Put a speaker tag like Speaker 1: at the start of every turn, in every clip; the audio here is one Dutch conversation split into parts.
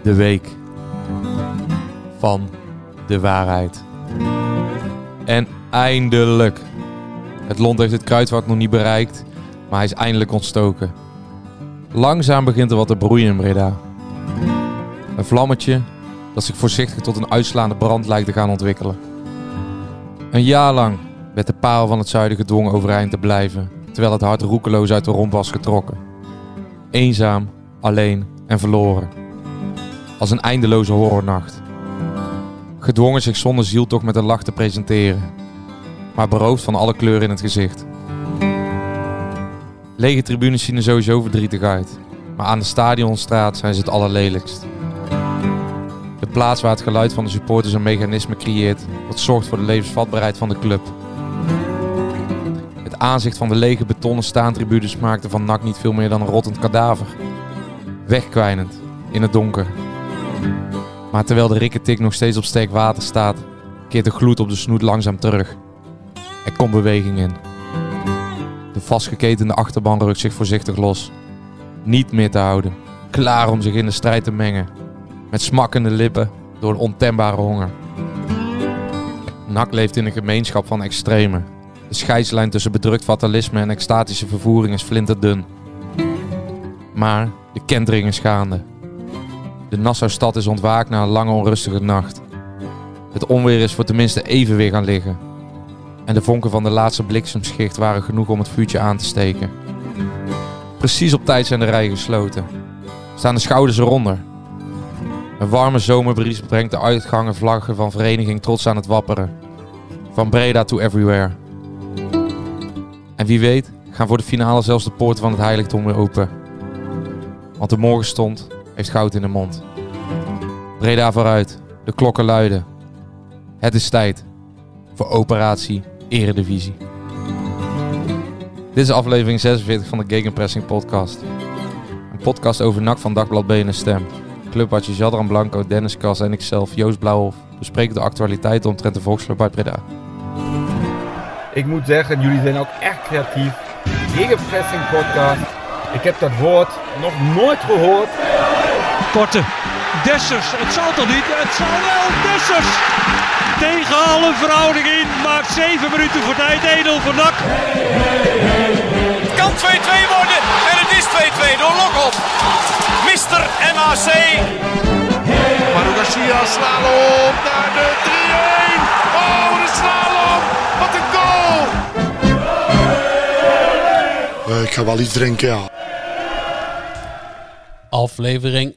Speaker 1: De week van de waarheid. En eindelijk. Het lont heeft het kruidvat nog niet bereikt, maar hij is eindelijk ontstoken. Langzaam begint er wat te broeien in Breda. Een vlammetje dat zich voorzichtig tot een uitslaande brand lijkt te gaan ontwikkelen. Een jaar lang werd de parel van het zuiden gedwongen overeind te blijven, terwijl het hart roekeloos uit de romp was getrokken. Eenzaam, alleen en verloren. Als een eindeloze horrornacht. Gedwongen zich zonder ziel toch met een lach te presenteren, maar beroofd van alle kleur in het gezicht. Lege tribunes zien er sowieso verdrietig uit, maar aan de Stadionstraat zijn ze het allerlelijkst. De plaats waar het geluid van de supporters een mechanisme creëert dat zorgt voor de levensvatbaarheid van de club. Het aanzicht van de lege betonnen staantribunes maakte van NAC niet veel meer dan een rottend kadaver. Wegkwijnend, in het donker. Maar terwijl de rikketik nog steeds op sterk water staat, keert de gloed op de snoet langzaam terug. Er komt beweging in. De vastgeketende achterban rukt zich voorzichtig los. Niet meer te houden, klaar om zich in de strijd te mengen. Met smakkende lippen door een ontembare honger. NAC leeft in een gemeenschap van extremen. De scheidslijn tussen bedrukt fatalisme en extatische vervoering is flinterdun. Maar de kentering is gaande. De Nassau-stad is ontwaakt na een lange onrustige nacht. Het onweer is voor tenminste even weer gaan liggen. En de vonken van de laatste bliksemschicht waren genoeg om het vuurtje aan te steken. Precies op tijd zijn de rijen gesloten. Staan de schouders eronder. Een warme zomerbries brengt de uitgangen vlaggen van vereniging trots aan het wapperen. Van Breda to everywhere. En wie weet gaan voor de finale zelfs de poorten van het heiligdom weer open. Want de morgenstond heeft goud in de mond. Breda vooruit, de klokken luiden. Het is tijd voor Operatie Eredivisie. Dit is aflevering 46 van de Gegenpressing podcast. Een podcast over NAC van Dagblad BNS Stem. Clubwatcher Jadran Blanco, Dennis Kas en ikzelf, Joost Blauwhof, bespreken de actualiteiten omtrent de Volksclub uit Breda.
Speaker 2: Ik moet zeggen, jullie zijn ook echt creatief. Gegenpressing podcast. Ik heb dat woord nog nooit gehoord.
Speaker 3: Korte. Dessers. Het zal toch niet? Het zal wel. Dessers. Tegen alle verhouding in. Maakt 7 minuten voor tijd. 1-0 voor NAC.
Speaker 4: Het kan 2-2 worden. En het is 2-2 door Lokop. Mr. MAC.
Speaker 5: Manu Garcia, slalom naar de 3-1. Oh, de slalom. Wat een goal.
Speaker 6: Ik ga wel iets drinken, ja.
Speaker 7: Aflevering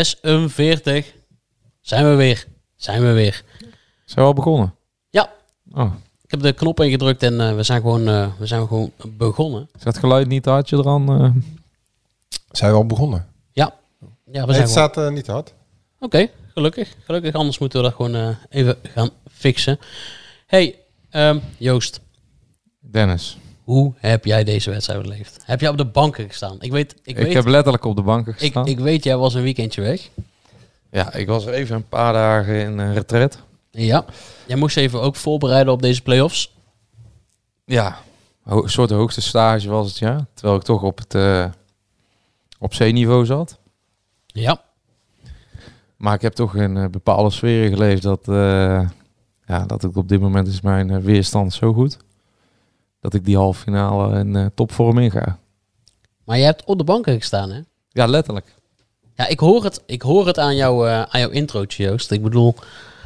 Speaker 7: 46. Zijn we weer.
Speaker 1: Zijn we al begonnen?
Speaker 7: Ja.
Speaker 1: Oh.
Speaker 7: Ik heb de knop ingedrukt en we zijn gewoon begonnen.
Speaker 1: Is dat geluid niet hard je eraan?
Speaker 8: Zijn we al begonnen?
Speaker 7: Ja, we zijn
Speaker 8: het staat niet hard.
Speaker 7: Oké, gelukkig. Anders moeten we dat gewoon even gaan fixen. Hey, Joost.
Speaker 1: Dennis.
Speaker 7: Hoe heb jij deze wedstrijd beleefd? Heb jij op de banken gestaan? Ik
Speaker 1: heb letterlijk op de banken gestaan.
Speaker 7: Ik weet, jij was een weekendje weg.
Speaker 1: Ja, ik was even een paar dagen in retret.
Speaker 7: Ja. Jij moest even ook voorbereiden op deze play-offs.
Speaker 1: Ja, een soort hoogste stage was het, ja. Terwijl ik toch op C-niveau zat.
Speaker 7: Ja.
Speaker 1: Maar ik heb toch in bepaalde sferen geleefd dat ik op dit moment is mijn weerstand zo goed. Dat ik die halve finale in topvorm inga.
Speaker 7: Maar je hebt op de banken gestaan, hè?
Speaker 1: Ja, letterlijk.
Speaker 7: Ja, ik hoor het aan jouw introotje, Joost. Ik bedoel,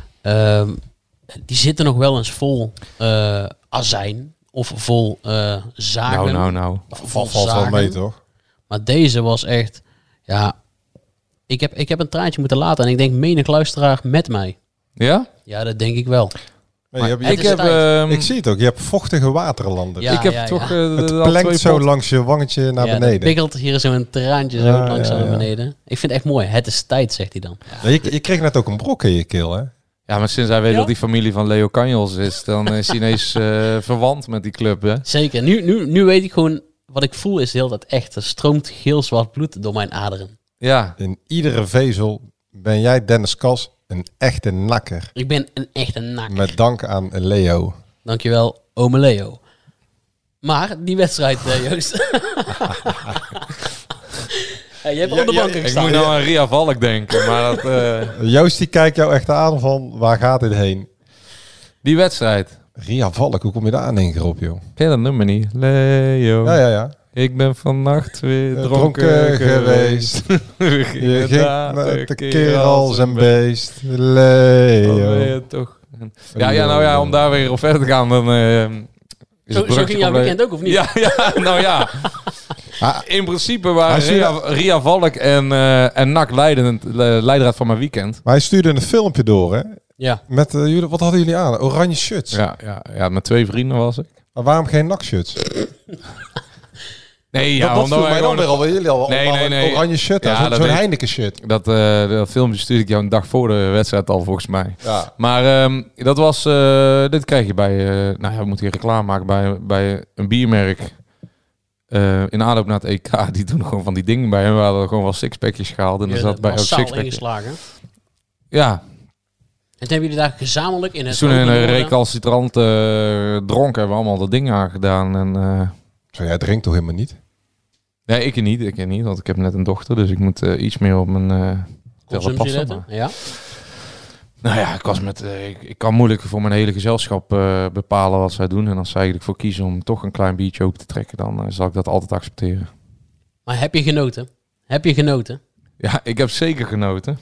Speaker 7: die zitten nog wel eens vol azijn of vol zagen.
Speaker 1: Nou.
Speaker 8: Valt wel mee, toch?
Speaker 7: Maar deze was echt, ja, ik heb een traantje moeten laten en ik denk menig luisteraar met mij.
Speaker 1: Ja?
Speaker 7: Ja, dat denk ik wel.
Speaker 8: Ik zie het ook. Je hebt vochtige waterlanden.
Speaker 7: Ja,
Speaker 1: ik heb toch...
Speaker 8: het plenkt zo langs je wangetje naar beneden.
Speaker 7: Het pikkelt hier zo'n traantje zo langzaam naar beneden. Ik vind het echt mooi. Het is tijd, zegt hij dan.
Speaker 8: Ja. Je kreeg net ook een brok in je keel, hè?
Speaker 1: Ja, maar sinds hij weet dat die familie van Leo Canjos is, dan is hij ineens verwant met die club, hè?
Speaker 7: Zeker. Nu weet ik gewoon, wat ik voel is de hele tijd echt. Er stroomt geel-zwart bloed door mijn aderen.
Speaker 1: Ja.
Speaker 8: In iedere vezel ben jij, Dennis Kas, een echte nakker.
Speaker 7: Ik ben een echte nakker.
Speaker 8: Met dank aan Leo.
Speaker 7: Dankjewel, ome Leo. Maar die wedstrijd, Joost. Ja, je hebt op de bank
Speaker 1: Ik
Speaker 7: gestaan.
Speaker 1: moet nou aan Ria Valk denken, maar dat,
Speaker 8: Joost die kijkt jou echt aan van waar gaat dit heen?
Speaker 1: die wedstrijd.
Speaker 8: Ria Valk, hoe kom je daar in één keer op, joh?
Speaker 1: Ken je dat nummer niet? Leo,
Speaker 8: Ja.
Speaker 1: ik ben vannacht weer dronken
Speaker 8: Dronken
Speaker 1: geweest.
Speaker 8: Je ging tekeer als een beest. Leo.
Speaker 1: Toch. Ja, om daar weer op verder te gaan, dan is
Speaker 7: Zo
Speaker 1: het
Speaker 7: ging jouw weekend ook, of niet?
Speaker 1: Ja, nou ja. In principe waren Ria Valk en NAC leidraad van mijn weekend.
Speaker 8: Maar hij stuurde een filmpje door, hè?
Speaker 7: Ja.
Speaker 8: Met wat hadden jullie aan? Oranje shirts.
Speaker 1: Ja, met 2 vrienden was ik.
Speaker 8: Maar waarom geen NAC-shirts?
Speaker 1: Nee, ja,
Speaker 8: dat viel mij dan weer al. Jullie al een oranje shirt aan.
Speaker 1: Ja,
Speaker 8: Zo'n Heineken shirt.
Speaker 1: Dat filmpje stuurde ik jou een dag voor de wedstrijd al, volgens mij.
Speaker 8: Ja.
Speaker 1: Maar dat was... dit krijg je bij... we moeten hier reclame maken bij een biermerk. In aanloop naar het EK. Die doen gewoon van die dingen bij. En we hadden gewoon wel sixpackjes gehaald. En er zat bij elk sixpackje.
Speaker 7: Ingeslagen.
Speaker 1: Ja.
Speaker 7: En toen hebben jullie daar gezamenlijk in het...
Speaker 1: Toen in een recalcitrant dronken hebben we allemaal dat ding aangedaan. En...
Speaker 8: Zo, jij drinkt toch helemaal niet?
Speaker 1: Nee, ik niet, want ik heb net een dochter, dus ik moet iets meer op mijn
Speaker 7: consumptie letten. Ja.
Speaker 1: Nou ja, ik kan moeilijk voor mijn hele gezelschap bepalen wat zij doen. En als zij ervoor kiezen om toch een klein biertje open te trekken, dan zal ik dat altijd accepteren.
Speaker 7: Maar heb je genoten?
Speaker 1: Ja, ik heb zeker genoten.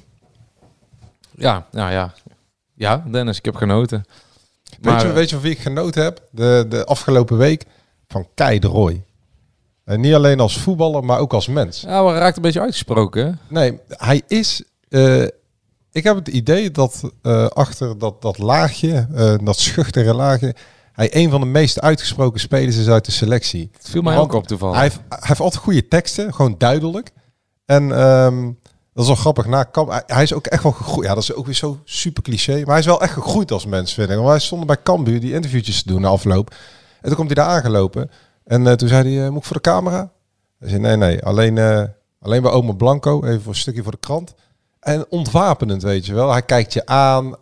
Speaker 1: Ja, Dennis, ik heb genoten.
Speaker 8: Weet je van wie ik genoten heb? De afgelopen week van Kei de Roy. En niet alleen als voetballer, maar ook als mens.
Speaker 1: Ja, we raakt een beetje uitgesproken, hè?
Speaker 8: Nee, hij is... ik heb het idee dat achter dat laagje, dat schuchtere laagje, hij een van de meest uitgesproken spelers is uit de selectie.
Speaker 1: Het viel mij ook op toevallig.
Speaker 8: Hij heeft altijd goede teksten, gewoon duidelijk. En dat is wel grappig. Hij is ook echt wel gegroeid. Ja, dat is ook weer zo super cliché. Maar hij is wel echt gegroeid als mens, vind ik. Want hij stond bij Cambuur die interviewtjes te doen na afloop. En toen komt hij daar aangelopen. En toen zei hij, moet ik voor de camera? Hij zei, nee. Alleen bij oma Blanco. Even voor een stukje voor de krant. En ontwapenend, weet je wel. Hij kijkt je aan.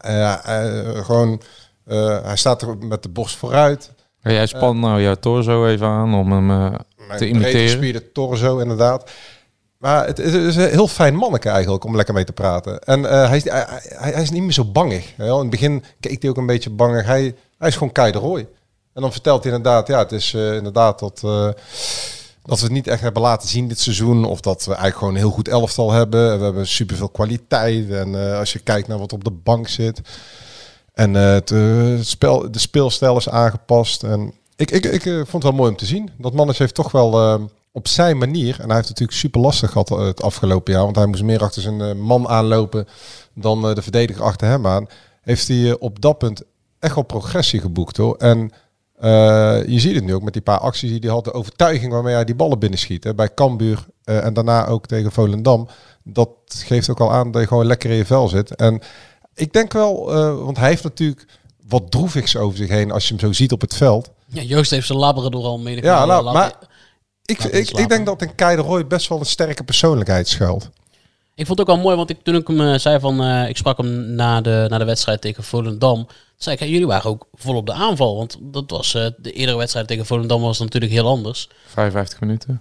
Speaker 8: Hij staat er met de borst vooruit.
Speaker 1: Ja, jij spant nou jouw torso even aan om hem te imiteren.
Speaker 8: Gespierde torso, inderdaad. Maar het is een heel fijn manneke eigenlijk om lekker mee te praten. En hij is niet meer zo bangig. In het begin keek hij ook een beetje bangig. Hij is gewoon Kei de Roy. En dan vertelt hij inderdaad, het is inderdaad dat we het niet echt hebben laten zien dit seizoen. Of dat we eigenlijk gewoon een heel goed elftal hebben. We hebben superveel kwaliteit. En als je kijkt naar wat op de bank zit. En de speelstijl is aangepast. En ik vond het wel mooi om te zien. Dat mannetje heeft toch wel op zijn manier. En hij heeft natuurlijk super lastig gehad het afgelopen jaar. Want hij moest meer achter zijn man aanlopen dan de verdediger achter hem aan. Heeft hij op dat punt echt wel progressie geboekt, hoor. En je ziet het nu ook met die paar acties die hij had. De overtuiging waarmee hij die ballen binnenschiet. Hè, bij Cambuur en daarna ook tegen Volendam. Dat geeft ook al aan dat je gewoon lekker in je vel zit. En ik denk wel, want hij heeft natuurlijk wat droevigs over zich heen als je hem zo ziet op het veld.
Speaker 7: Ja, Joost heeft zijn labberen door al menig.
Speaker 8: Ja, maar ik denk dat in Kei de Roy best wel een sterke persoonlijkheid schuilt.
Speaker 7: Ik vond het ook wel mooi, want toen ik hem zei van... ik sprak hem na de wedstrijd tegen Volendam. Toen zei ik, jullie waren ook vol op de aanval. Want dat was de eerdere wedstrijd tegen Volendam was natuurlijk heel anders.
Speaker 1: 55 minuten.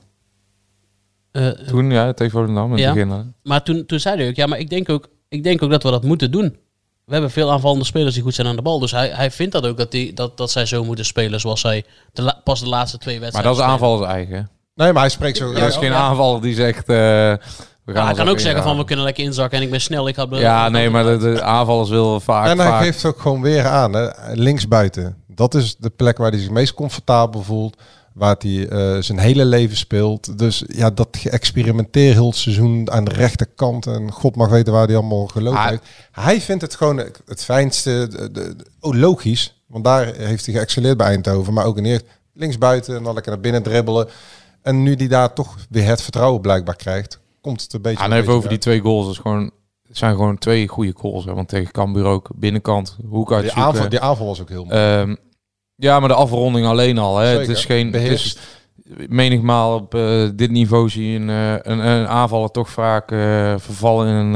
Speaker 1: Toen, tegen Volendam in het begin.
Speaker 7: Maar toen zei hij ook, maar ik denk ook dat we dat moeten doen. We hebben veel aanvallende spelers die goed zijn aan de bal. Dus hij vindt dat ook, dat zij zo moeten spelen zoals zij pas de laatste 2 wedstrijden.
Speaker 1: Maar dat is aanvallers eigen.
Speaker 8: Nee, maar hij spreekt zo...
Speaker 1: Er is geen aanvaller die zegt...
Speaker 7: hij kan ook zeggen van we kunnen lekker inzakken en ik ben snel.
Speaker 1: Maar de aanvallers willen vaak...
Speaker 8: En hij geeft ook gewoon weer aan, hè, linksbuiten. Dat is de plek waar hij zich meest comfortabel voelt. Waar hij zijn hele leven speelt. Dus ja, dat geëxperimenteer heel het seizoen aan de rechterkant. En God mag weten waar hij allemaal gelopen heeft. Hij vindt het gewoon het fijnste. Logisch. Want daar heeft hij geëxceleerd bij Eindhoven. Maar ook in eerst linksbuiten en dan lekker naar binnen dribbelen. En nu die daar toch weer het vertrouwen blijkbaar krijgt, komt het een beetje...
Speaker 1: En even over die 2 goals. Het zijn gewoon 2 goede goals. Hè? Want tegen Cambuur ook binnenkant, hoek uitzoeken.
Speaker 8: Die aanval was ook heel mooi.
Speaker 1: Ja, maar de afronding alleen al. Hè? Het is geen... menigmaal op dit niveau zie je een aanvaller toch vaak vervallen in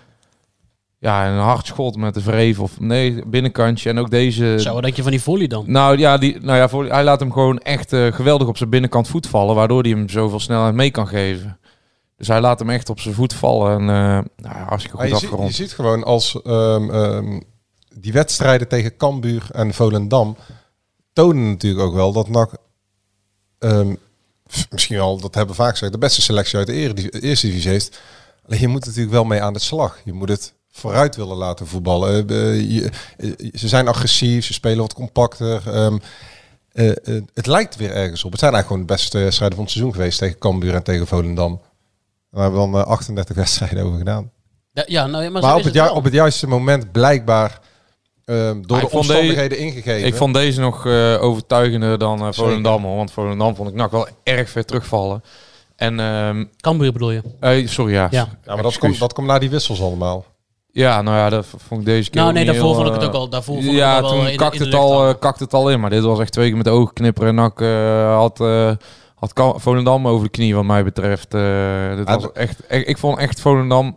Speaker 1: een hard schot met de vreef of binnenkantje. En ook deze...
Speaker 7: Zo, wat denk je van die volley dan?
Speaker 1: Hij laat hem gewoon echt geweldig op zijn binnenkant voet vallen, waardoor hij hem zoveel snelheid mee kan geven. Dus hij laat hem echt op zijn voet vallen. En hartstikke goed afgerond.
Speaker 8: Je ziet gewoon als die wedstrijden tegen Cambuur en Volendam tonen natuurlijk ook wel dat NAC misschien wel, dat hebben we vaak gezegd, de beste selectie uit de eerste divisie heeft. Alleen je moet natuurlijk wel mee aan de slag. Je moet het vooruit willen laten voetballen. Ze zijn agressief, ze spelen wat compacter. Het lijkt weer ergens op. Het zijn eigenlijk gewoon de beste wedstrijden van het seizoen geweest tegen Cambuur en tegen Volendam. Daar hebben we dan 38 wedstrijden over gedaan. Maar op het juiste moment blijkbaar door de omstandigheden ingegeven.
Speaker 1: Ik vond deze nog overtuigender dan Volendam. Want Volendam vond ik NAC wel erg ver terugvallen. En
Speaker 7: Cambuur bedoel je?
Speaker 1: Sorry, ja.
Speaker 8: Ja, maar dat komt na die wissels allemaal.
Speaker 1: Ja, nou ja, dat vond ik deze keer
Speaker 7: daarvoor vond ik het ook al. Daarvoor vond ik het
Speaker 1: toen kakte het al in. Maar dit was echt 2 keer met de ogen knipperen. En NAC had Volendam over de knie wat mij betreft. Dit was echt, ik vond echt Volendam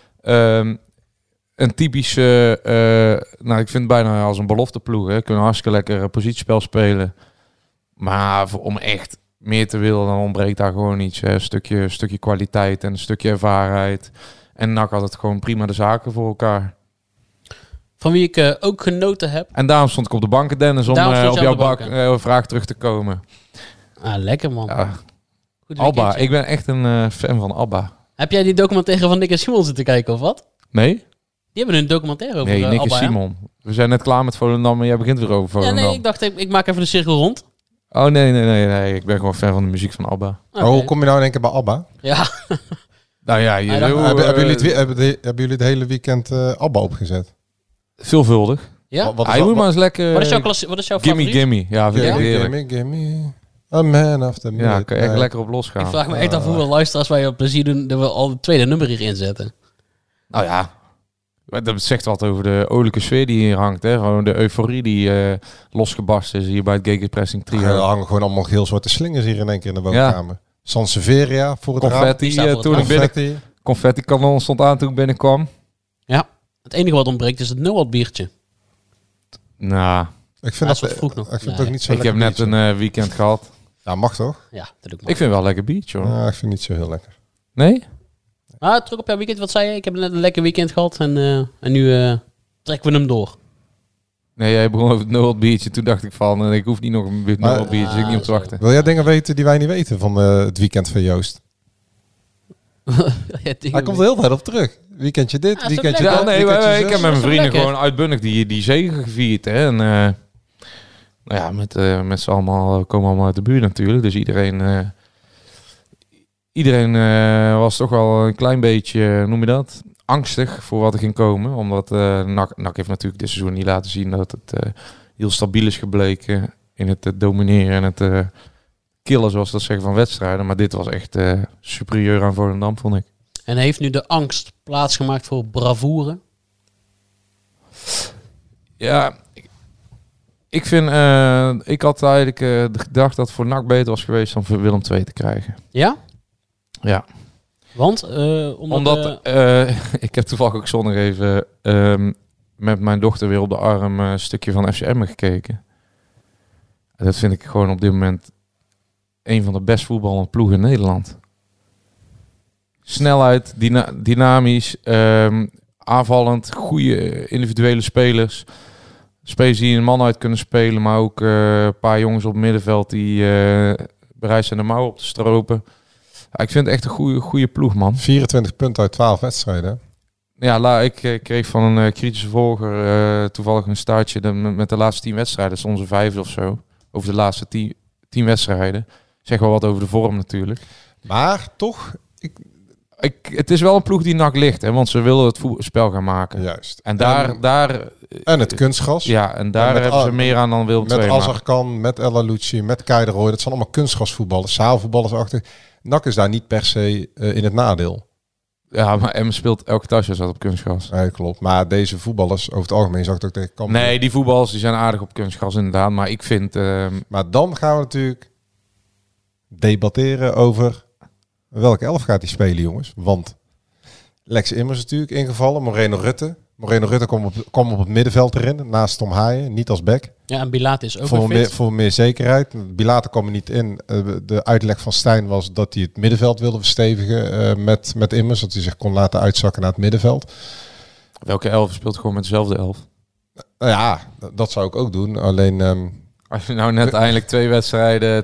Speaker 1: een typische... ik vind het bijna als een belofteploeg. Hè. Kunnen hartstikke lekker positiespel spelen. Maar om echt meer te willen, dan ontbreekt daar gewoon iets. Hè. Een stukje kwaliteit en een stukje ervarenheid. En NAC had het gewoon prima de zaken voor elkaar.
Speaker 7: Van wie ik ook genoten heb.
Speaker 1: En daarom stond ik op de banken, Dennis, om op jouw vraag terug te komen.
Speaker 7: Lekker man.
Speaker 1: Ja. Goed Abba, ik ben echt een fan van Abba.
Speaker 7: Heb jij die documentaire van Nick en Simon zitten kijken of wat?
Speaker 1: Nee.
Speaker 7: Die hebben een documentaire over
Speaker 1: Nick
Speaker 7: Abba,
Speaker 1: en Simon. We zijn net klaar met Volendam en jij begint weer over Volendam.
Speaker 7: Ja, nee, ik dacht ik maak even de cirkel rond.
Speaker 1: Oh nee. Ik ben gewoon fan van de muziek van Abba.
Speaker 7: Okay.
Speaker 8: Hoe kom je nou in één keer bij Abba?
Speaker 7: Ja.
Speaker 8: Nou ja, hebben jullie het hele weekend Abba opgezet?
Speaker 1: Veelvuldig.
Speaker 7: Ja?
Speaker 1: Hij moet maar eens lekker...
Speaker 7: Wat is jouw favoriet?
Speaker 1: Gimme. Ja, vind ik heerlijk.
Speaker 8: Gimme. A man after me.
Speaker 1: Ja, kan je echt lekker op losgaan.
Speaker 7: Ik vraag me echt af hoeveel luisteraars wij op plezier doen dat we al het tweede nummer hier inzetten.
Speaker 1: Nou ja, dat zegt wat over de olijke sfeer die hier hangt. Hè? Gewoon de euforie die losgebarsten is hier bij het Gegenpressing Trio.
Speaker 8: Er hangen gewoon allemaal geel zwarte slingers hier in één keer in de woonkamer. Ja. Sanseveria voor het
Speaker 1: confetti. Confetti kanon stond aan toen ik binnenkwam.
Speaker 7: Ja, het enige wat ontbreekt is het Noord biertje.
Speaker 1: Nou,
Speaker 8: ik vind dat vroeg nog. Ik vind het ook niet zo.
Speaker 1: Ik heb net een weekend gehad.
Speaker 8: Ja, mag toch?
Speaker 7: Ja, dat doe ik.
Speaker 1: Ik vind wel lekker biertje hoor.
Speaker 8: Ja, ik vind het niet zo heel lekker.
Speaker 1: Nee?
Speaker 7: Terug op jouw weekend, wat zei je? Ik heb net een lekker weekend gehad en nu trekken we hem door.
Speaker 1: Nee, jij begon over het Noord biertje. Toen dacht ik van, ik hoef niet nog een Noord biertje, dus ik niet op te wachten.
Speaker 8: Wil jij dingen weten die wij niet weten van het weekend van Joost? Hij komt er heel tijd op terug. Weekendje dit, weekendje dat.
Speaker 1: Ja, nee, ik heb met mijn vrienden gewoon uitbundig die zege gevierd. Hè. En nou ja, met z'n allemaal komen allemaal uit de buurt natuurlijk. Dus iedereen was toch wel een klein beetje, noem je dat, angstig voor wat er ging komen. Omdat NAC heeft natuurlijk dit seizoen niet laten zien dat het heel stabiel is gebleken in het domineren en het killen, zoals dat zeggen, van wedstrijden. Maar dit was echt superieur aan Volendam, vond ik.
Speaker 7: En heeft nu de angst plaatsgemaakt voor bravoure?
Speaker 1: Ja, ik vind... ik had eigenlijk de gedachte dat voor NAC beter was geweest dan voor Willem II te krijgen.
Speaker 7: Ja?
Speaker 1: Ja.
Speaker 7: Want?
Speaker 1: Omdat ik heb toevallig ook zondag even met mijn dochter weer op de arm een stukje van FCM gekeken. En dat vind ik gewoon op dit moment een van de best voetballende ploegen in Nederland. Snelheid, dynamisch, aanvallend, goede individuele spelers. Spelers die een man uit kunnen spelen, maar ook een paar jongens op het middenveld die bereid zijn de mouwen op te stropen. Ja, ik vind het echt een goede ploeg, man.
Speaker 8: 24 punten uit 12 wedstrijden.
Speaker 1: Ja, ik kreeg van een kritische volger toevallig een staartje met de laatste 10 wedstrijden. Dat is onze 5e of zo. Over de laatste 10 wedstrijden. Zeg wel wat over de vorm natuurlijk.
Speaker 8: Maar toch...
Speaker 1: Het is wel een ploeg die NAC ligt, hè, want ze willen het spel gaan maken.
Speaker 8: Juist.
Speaker 1: En en
Speaker 8: het kunstgras.
Speaker 1: Ja, en daar hebben ze meer aan dan Willem II.
Speaker 8: Met Azarkan, met El Alouci, met Kei de Roy. Dat zijn allemaal kunstgrasvoetballers, zaalvoetballersachtig. NAC is daar niet per se in het nadeel.
Speaker 1: Ja, maar Emmen speelt elke thuiswedstrijd op kunstgras.
Speaker 8: Nee, klopt. Maar deze voetballers, over het algemeen, zag ik ook tegen Cambuur.
Speaker 1: Nee, die voetballers die zijn aardig op kunstgras inderdaad. Maar ik vind...
Speaker 8: Maar dan gaan we natuurlijk debatteren over... welke 11 gaat hij spelen, jongens? Want Lex Immers is natuurlijk ingevallen. Moreno Rutte kwam op het middenveld erin, naast Tom Haaien, niet als back.
Speaker 7: Ja, en Bilate is ook weer fit.
Speaker 8: Voor meer zekerheid. Bilate kwam er niet in. De uitleg van Stijn was dat hij het middenveld wilde verstevigen met Immers. Dat hij zich kon laten uitzakken naar het middenveld.
Speaker 1: Welke 11 speelt gewoon met dezelfde 11?
Speaker 8: Nou ja, dat zou ik ook doen. Alleen...
Speaker 1: als je nou net eindelijk twee wedstrijden...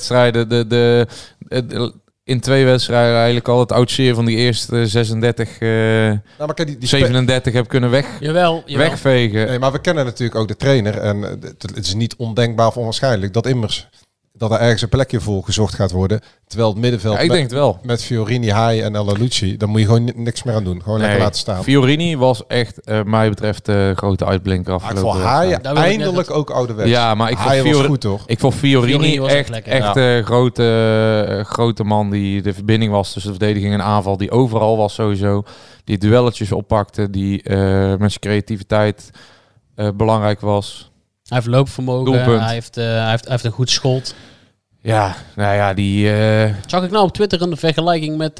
Speaker 1: in 2 wedstrijden eigenlijk al het oudseer van die eerste 36...
Speaker 8: maar kijk, die
Speaker 1: 37 heb kunnen wegvegen.
Speaker 8: Nee, maar we kennen natuurlijk ook de trainer. En het is niet ondenkbaar of onwaarschijnlijk dat Immers... dat er ergens een plekje voor gezocht gaat worden. Terwijl het middenveld
Speaker 1: ik denk het wel.
Speaker 8: Met Fiorini, Haai en El Alouci... dan moet je gewoon niks meer aan doen. Gewoon lekker laten staan.
Speaker 1: Fiorini was echt, mij betreft, de grote uitblinker afgelopen
Speaker 8: wedstrijd. Haai eindelijk ook ouderwets.
Speaker 1: Ja, maar ik vond
Speaker 8: goed, toch?
Speaker 1: Ik vond Fiorini echt een grote man die de verbinding was tussen de verdediging en aanval. Die overal was sowieso. Die duelletjes oppakte. Die met zijn creativiteit belangrijk was.
Speaker 7: Hij heeft loopvermogen. Hij heeft een goed schot.
Speaker 1: Ja, nou ja, die...
Speaker 7: Zag ik nou op Twitter een vergelijking met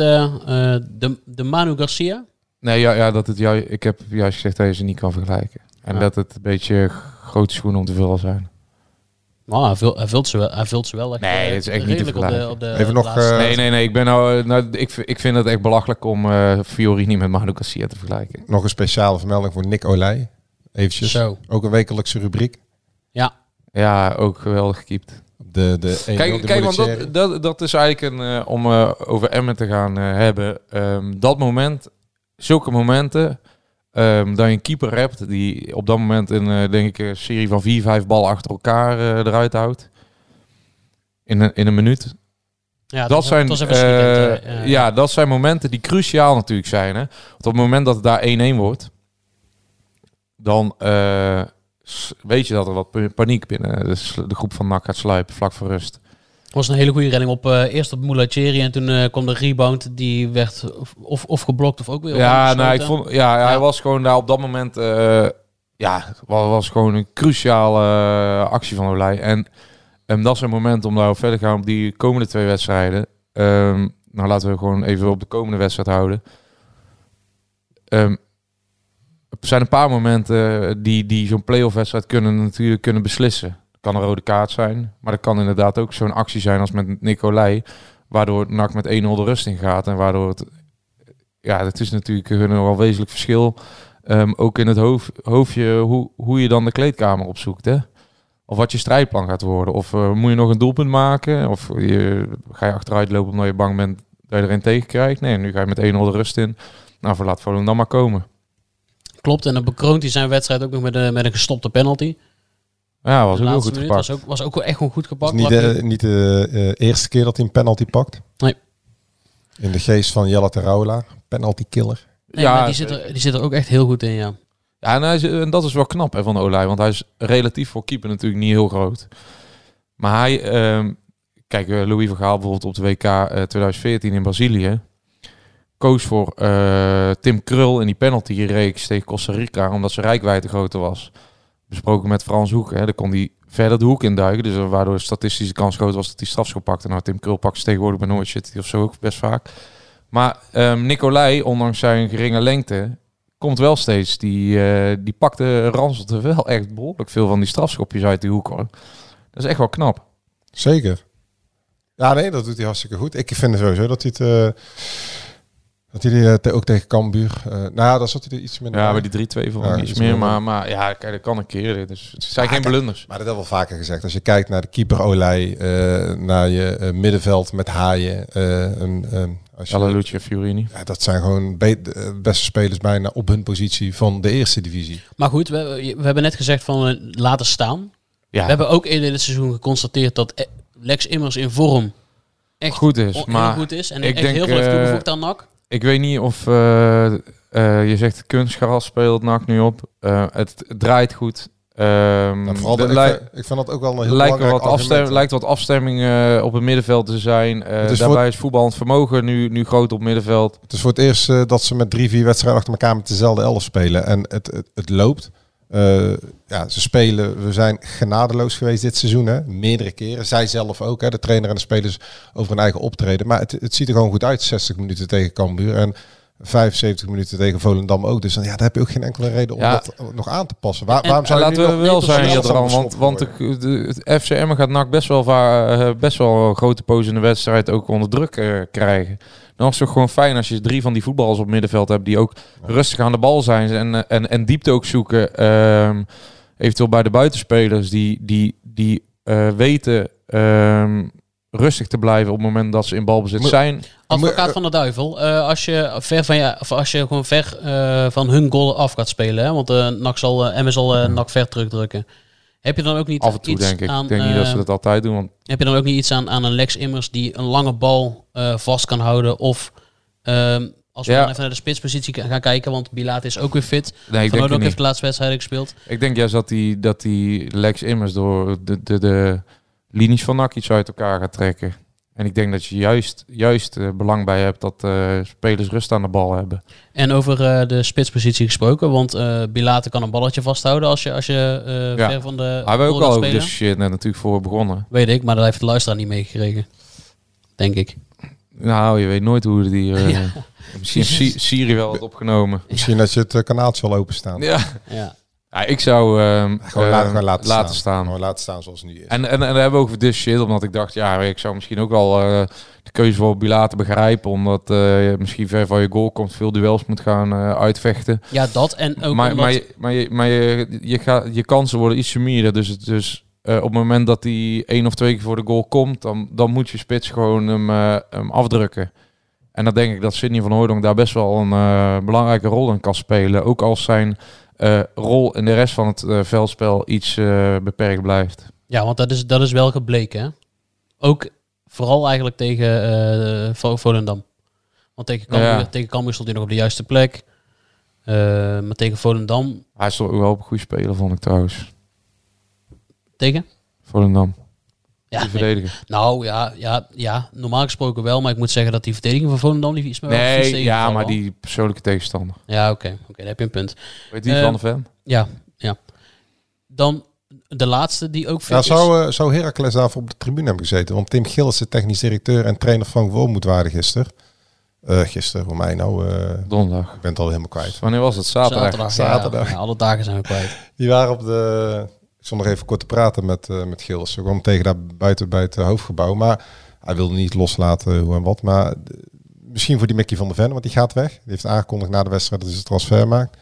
Speaker 7: de Manu Garcia?
Speaker 1: Nee, ja, dat het ik heb juist gezegd dat je ze niet kan vergelijken. En dat het een beetje grote schoenen om te vullen zijn.
Speaker 7: Oh, hij vult ze wel. Echt,
Speaker 1: nee, het is echt niet te vergelijken.
Speaker 7: Even nog...
Speaker 1: Nee, ik vind het echt belachelijk om Fiorini met Manu Garcia te vergelijken.
Speaker 8: Nog een speciale vermelding voor Nick Olij. Eventjes.
Speaker 7: Zo.
Speaker 8: Ook een wekelijkse rubriek.
Speaker 1: Ja, ook geweldig gekiept. Kijk, want dat is eigenlijk om over Emmen te gaan hebben. Dat moment, zulke momenten, dat je een keeper hebt die op dat moment denk ik een serie van 4-5 ballen achter elkaar eruit houdt. In een minuut.
Speaker 7: Ja,
Speaker 1: dat zijn momenten die cruciaal natuurlijk zijn. Hè? Want op het moment dat het daar 1-1 wordt, dan... weet je dat er wat paniek binnen de groep van NAC gaat sluipen vlak voor rust.
Speaker 7: Het was een hele goede redding eerst op Moulacheri en toen kwam de rebound. Die werd of geblokt of ook weer
Speaker 1: ik vond hij was gewoon daar op dat moment was gewoon een cruciale actie van Olij. En dat is een moment om daarop verder te gaan op die komende 2 wedstrijden. Nou, laten we gewoon even op de komende wedstrijd houden. Er zijn een paar momenten die zo'n play-off wedstrijd kunnen beslissen. Het kan een rode kaart zijn, maar dat kan inderdaad ook zo'n actie zijn als met Nicolai, waardoor NAC met 1-0 de rust in gaat en waardoor het is natuurlijk een nogal wezenlijk verschil. Ook in het hoofdje hoe je dan de kleedkamer opzoekt, hè? Of wat je strijdplan gaat worden. Of moet je nog een doelpunt maken? Of ga je achteruit lopen omdat je bang bent dat je er een tegen krijgt? Nee, nu ga je met 1-0 de rust in. Nou, laat Volendam dan maar komen.
Speaker 7: Klopt, en dan bekroont hij zijn wedstrijd ook nog met een gestopte penalty.
Speaker 1: Ja, was ook heel goed gepakt.
Speaker 7: Was ook echt gewoon goed gepakt.
Speaker 8: Niet de eerste keer dat hij een penalty pakt.
Speaker 7: Nee.
Speaker 8: In de geest van Jelle Terouwela, penalty killer.
Speaker 7: Nee, maar die zit er ook echt heel goed in, ja.
Speaker 1: Ja, en dat is wel knap van Olij, want hij is relatief voor keeper natuurlijk niet heel groot. Maar hij, kijk, Louis van Gaal bijvoorbeeld op de WK 2014 in Brazilië koos voor Tim Krul in die penalty-reeks tegen Costa Rica, omdat zijn reikwijdte groter was. Besproken met Frans Hoek, hè, dan kon hij verder de hoek induiken, dus waardoor de statistische kans groot was dat hij strafschop pakte. Nou, Tim Krul pakt ze tegenwoordig bij Norwich City of zo ook best vaak. Maar Nicolai, ondanks zijn geringe lengte, komt wel steeds, die pakte ranselte wel echt behoorlijk veel van die strafschopjes uit die hoek, hoor. Dat is echt wel knap.
Speaker 8: Zeker. Ja, nee, dat doet hij hartstikke goed. Ik vind het sowieso dat hij het... Dat hij ook tegen Cambuur... daar zat hij er iets minder
Speaker 1: bij die 3-2 van iets meer. Maar ja, kijk, dat kan een keer. Dus het zijn geen blunders.
Speaker 8: Maar dat hebben we wel vaker gezegd. Als je kijkt naar de keeper Olij, naar je middenveld met Haaien...
Speaker 1: Lucia Fiorini.
Speaker 8: Ja, dat zijn gewoon beste spelers bijna op hun positie van de eerste divisie.
Speaker 7: Maar goed, we hebben net gezegd van laten staan. Ja. We hebben ook eerder in het seizoen geconstateerd dat Lex Immers in vorm echt
Speaker 1: goed is. Maar
Speaker 7: goed is. En ik denk heel veel heeft toegevoegd aan NAC.
Speaker 1: Ik weet niet of je zegt kunstgras speelt NAC nu op. Het draait goed.
Speaker 8: Ik vind dat ook wel een heel belangrijk
Speaker 1: lijkt wat afstemming op het middenveld te zijn. Daarbij is voetballend vermogen nu groot op het middenveld.
Speaker 8: Het is voor het eerst dat ze met 3-4 wedstrijden achter elkaar met dezelfde 11 spelen. En het loopt. Ze spelen. We zijn genadeloos geweest dit seizoen. Hè? Meerdere keren. Zij zelf ook. Hè? De trainer en de spelers over hun eigen optreden. Maar het ziet er gewoon goed uit. 60 minuten tegen Cambuur. En 75 minuten tegen Volendam ook. Dus dan, daar heb je ook geen enkele reden om dat nog aan te passen. Waarom zou
Speaker 1: laten we wel zijn, Jadran, want de FC Emmen gaat NAC best wel een grote poos in de wedstrijd ook onder druk krijgen. Dan is het toch gewoon fijn als je 3 van die voetballers op middenveld hebt die ook rustig aan de bal zijn en diepte ook zoeken. Eventueel bij de buitenspelers die weten rustig te blijven op het moment dat ze in balbezit zijn.
Speaker 7: Advocaat van de duivel. Als je gewoon ver van hun goal af gaat spelen, hè, want Emmen zal NAC ver terugdrukken. Heb je dan ook niet
Speaker 1: af en toe
Speaker 7: iets
Speaker 1: denk ik.
Speaker 7: aan,
Speaker 1: ik denk niet dat ze dat altijd doen. Want...
Speaker 7: Heb je dan ook niet iets aan een Lex Immers die een lange bal vast kan houden? Of als we dan even naar de spitspositie gaan kijken, want Bilaat is ook weer fit.
Speaker 1: Nee,
Speaker 7: Van Oudok heeft de laatste wedstrijd gespeeld.
Speaker 1: Ik denk juist dat die Lex Immers door de linies van NAC iets uit elkaar gaat trekken. En ik denk dat je juist belang bij hebt dat spelers rust aan de bal hebben.
Speaker 7: En over de spitspositie gesproken, want Bilater kan een balletje vasthouden als je ver van de...
Speaker 1: Hij hebben ook al over dit shit net natuurlijk voor begonnen.
Speaker 7: Weet ik, maar dat heeft de luisteraar niet meegekregen. Denk ik.
Speaker 1: Nou, je weet nooit hoe die... Misschien Siri wel had opgenomen.
Speaker 8: Misschien dat je het kanaaltje al openstaan.
Speaker 1: Ja, ik zou
Speaker 8: gewoon laten staan.
Speaker 1: Gewoon
Speaker 8: laten staan zoals het nu is.
Speaker 1: En daar hebben we ook voor dit shit, omdat ik dacht, ik zou misschien ook al de keuze voor Bilater begrijpen, omdat je misschien ver van je goal komt, veel duels moet gaan uitvechten.
Speaker 7: Ja, dat en ook
Speaker 1: maar je kansen worden iets sumierder, dus op het moment dat hij 1 of 2 keer voor de goal komt, dan moet je spits gewoon hem afdrukken. En dan denk ik dat Sidney van Hooijdonk daar best wel een belangrijke rol in kan spelen, ook als zijn rol in de rest van het veldspel iets beperkt blijft.
Speaker 7: Ja, want dat is wel gebleken. Hè? Ook vooral eigenlijk tegen Volendam. Want tegen Cambuur stond hij nog op de juiste plek. Maar tegen Volendam...
Speaker 1: Hij stond ook wel op een goede speler, vond ik trouwens.
Speaker 7: Tegen?
Speaker 1: Volendam.
Speaker 7: Ja,
Speaker 1: die verdediger.
Speaker 7: Nou, ja, normaal gesproken wel. Maar ik moet zeggen dat die verdediging van Volendam die is me wel vies tegengevallen.
Speaker 1: Maar die persoonlijke tegenstander.
Speaker 7: Ja, oké, daar heb je een punt.
Speaker 1: Weet je van de fan?
Speaker 7: Ja. Dan de laatste die ook fit is.
Speaker 8: Zou Heracles daarvoor op de tribune hebben gezeten? Want Tim Gillissen, technisch directeur en trainer Frank Wormoed waren gisteren. Gisteren, voor mij nou...
Speaker 1: Donderdag.
Speaker 8: Ik ben het al helemaal kwijt.
Speaker 1: Wanneer was het? Zaterdag.
Speaker 7: Ja, alle dagen zijn we kwijt.
Speaker 8: Die waren op de... Ik stond nog even kort te praten met Gillissen. We kwamen tegen daar buiten bij het hoofdgebouw. Maar hij wilde niet loslaten hoe en wat. Maar misschien voor die Mickey van der Ven, want die gaat weg. Die heeft aangekondigd na de wedstrijd dat hij zijn transfer maakt.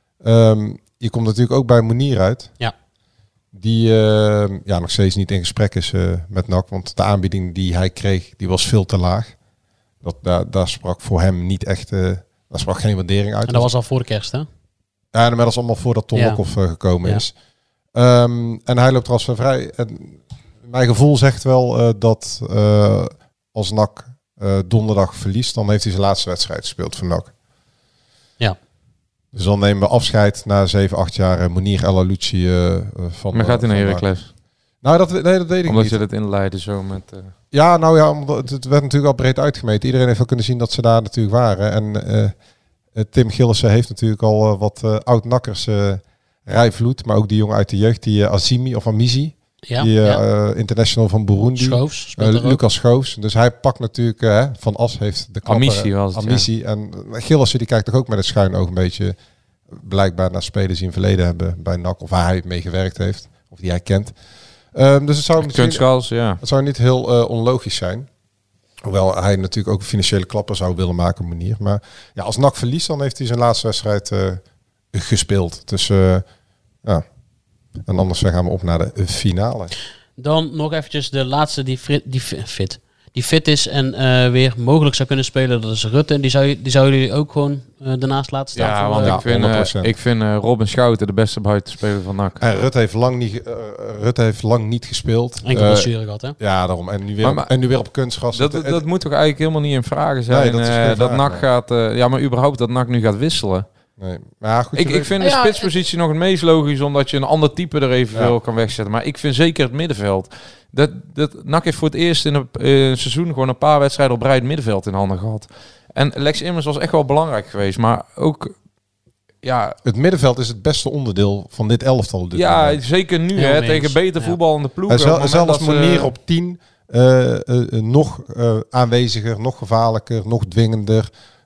Speaker 8: Je komt natuurlijk ook bij Moenier uit.
Speaker 7: Ja.
Speaker 8: Die nog steeds niet in gesprek is met NAC. Want de aanbieding die hij kreeg, die was veel te laag. Daar sprak voor hem niet echt... daar sprak geen waardering uit.
Speaker 7: En dat was al voor de kerst, hè?
Speaker 8: Ja, en dat is allemaal voordat Ton Lokhoff gekomen is. En hij loopt transfervrij. En mijn gevoel zegt wel dat als NAC donderdag verliest, dan heeft hij zijn laatste wedstrijd gespeeld voor NAC.
Speaker 7: Ja.
Speaker 8: Dus dan nemen we afscheid na 7-8 jaar Mounir El Alouchi van...
Speaker 1: Maar gaat hij naar Heracles?
Speaker 8: Nou, dat weet ik niet.
Speaker 1: Omdat je het inleiden zo met...
Speaker 8: Omdat het werd natuurlijk al breed uitgemeten. Iedereen heeft wel kunnen zien dat ze daar natuurlijk waren. En Tim Gillissen heeft natuurlijk al wat oud-nakkers... Rijvloed, maar ook die jongen uit de jeugd, die Amizi, international van Burundi.
Speaker 7: Schoofs,
Speaker 8: Lucas Schoofs. Dus hij pakt natuurlijk, Van As heeft de klapper.
Speaker 1: Amici.
Speaker 8: Ja. En Gillissen die kijkt toch ook met een schuin oog een beetje blijkbaar naar spelers die in het verleden hebben bij NAC, of waar hij mee gewerkt heeft, of die hij kent. Dus het zou het zou niet heel onlogisch zijn. Hoewel hij natuurlijk ook een financiële klapper zou willen maken op een manier. Maar ja, als NAC verliest, dan heeft hij zijn laatste wedstrijd gespeeld. Dus en anders gaan we op naar de finale.
Speaker 7: Dan nog eventjes de laatste die fit is en weer mogelijk zou kunnen spelen. Dat is Rutte. Die zouden jullie ook gewoon daarnaast laten staan?
Speaker 1: Ja, want ik vind Robin Schouten de beste buitenspeler van NAC.
Speaker 8: En Rutte heeft lang niet gespeeld.
Speaker 7: Enkel blessure gehad, hè?
Speaker 8: Ja, daarom. En nu weer op kunstgras.
Speaker 1: Dat moet toch eigenlijk helemaal niet in vragen zijn. Nee, dat NAC gaat... maar überhaupt dat NAC nu gaat wisselen.
Speaker 8: Nee. Maar goed,
Speaker 1: ik vind de spitspositie nog het meest logisch, omdat je een ander type er evenveel kan wegzetten. Maar ik vind zeker het middenveld. NAC heeft voor het eerst in een seizoen gewoon een paar wedstrijden op rij het middenveld in handen gehad. En Lex Immers was echt wel belangrijk geweest, maar ook... Ja,
Speaker 8: het middenveld is het beste onderdeel van dit elftal.
Speaker 1: Zeker nu tegen beter voetballende ploegen.
Speaker 8: Zelfs Mounier op 10, nog aanweziger, nog gevaarlijker, nog dwingender.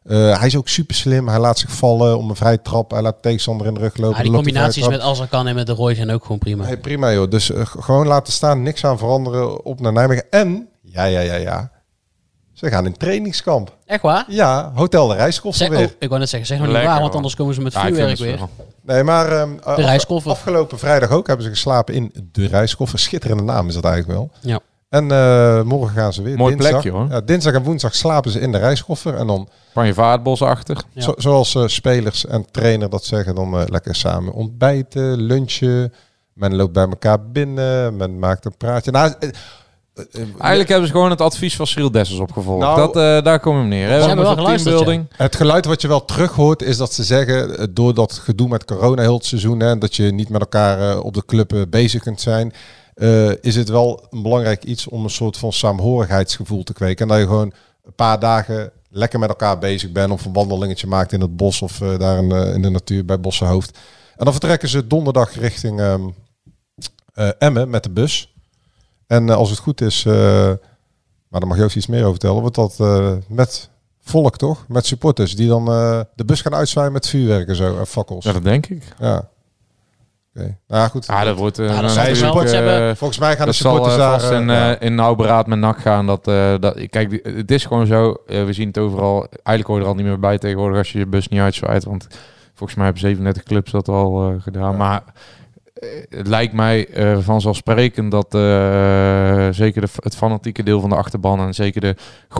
Speaker 8: Hij is ook super slim. Hij laat zich vallen om een vrije trap. Hij laat tegenstander in de rug lopen.
Speaker 7: Die combinaties met Azarkan en met de Roy zijn ook gewoon prima.
Speaker 8: Hey, prima joh. Dus gewoon laten staan. Niks aan veranderen. Op naar Nijmegen. En, ja. Ze gaan in trainingskamp.
Speaker 7: Echt waar?
Speaker 8: Ja, Hotel de Rijskoffer weer.
Speaker 7: Ik wou net zeggen, zeg nog niet
Speaker 1: Lekker,
Speaker 7: waar, want
Speaker 1: man.
Speaker 7: anders komen ze met vuurwerk weer.
Speaker 8: Nee, maar
Speaker 7: De Rijskoffer.
Speaker 8: afgelopen vrijdag ook hebben ze geslapen in de Rijskoffer. Schitterende naam is dat eigenlijk wel.
Speaker 7: Ja.
Speaker 8: En morgen gaan ze weer.
Speaker 1: Mooi
Speaker 8: dinsdag,
Speaker 1: plekje, hoor.
Speaker 8: Ja, dinsdag en woensdag slapen ze in de Rijskoffer. En dan,
Speaker 1: Van je vaatbos achter.
Speaker 7: Ja.
Speaker 8: zoals spelers en trainer dat zeggen, dan lekker samen ontbijten, lunchen. Men loopt bij elkaar binnen. Men maakt een praatje. Nou,
Speaker 1: Eigenlijk hebben ze gewoon het advies van Cyril Dessers opgevolgd.
Speaker 8: Nou,
Speaker 1: Daar komen we neer. Hè?
Speaker 7: Ze hebben wel
Speaker 1: Zo'n
Speaker 7: geluisterd,
Speaker 1: teambuilding.
Speaker 8: het geluid wat je wel terug hoort is dat ze zeggen, door dat gedoe met corona heel het seizoen, hè, dat je niet met elkaar op de club bezig kunt zijn, is het wel een belangrijk iets om een soort van saamhorigheidsgevoel te kweken. En dat je gewoon een paar dagen lekker met elkaar bezig bent of een wandelingetje maakt in het bos of daar in de natuur bij Bossenhoofd. En dan vertrekken ze donderdag richting Emmen met de bus. En als het goed is, maar daar mag Joost iets meer over vertellen, wordt dat met volk toch? Met supporters die dan de bus gaan uitzwaaien met vuurwerk en zo en fakkels.
Speaker 1: Ja, dat denk ik.
Speaker 8: Ja. Oké. Nou ja, goed.
Speaker 1: Dat wordt
Speaker 7: dat zal
Speaker 1: natuurlijk,
Speaker 7: dus wel. Ze hebben-
Speaker 8: Volgens mij gaan de
Speaker 1: dat zal
Speaker 8: supporters daar...
Speaker 1: vast in nauw beraad met NAC gaan. Kijk, het is gewoon zo. We zien het overal. Eigenlijk hoor je er al niet meer bij tegenwoordig als je je bus niet uitzwaait. Want volgens mij hebben 37 clubs dat al gedaan.
Speaker 8: Ja.
Speaker 1: Maar het lijkt mij vanzelfsprekend dat zeker het fanatieke deel van de achterban en zeker de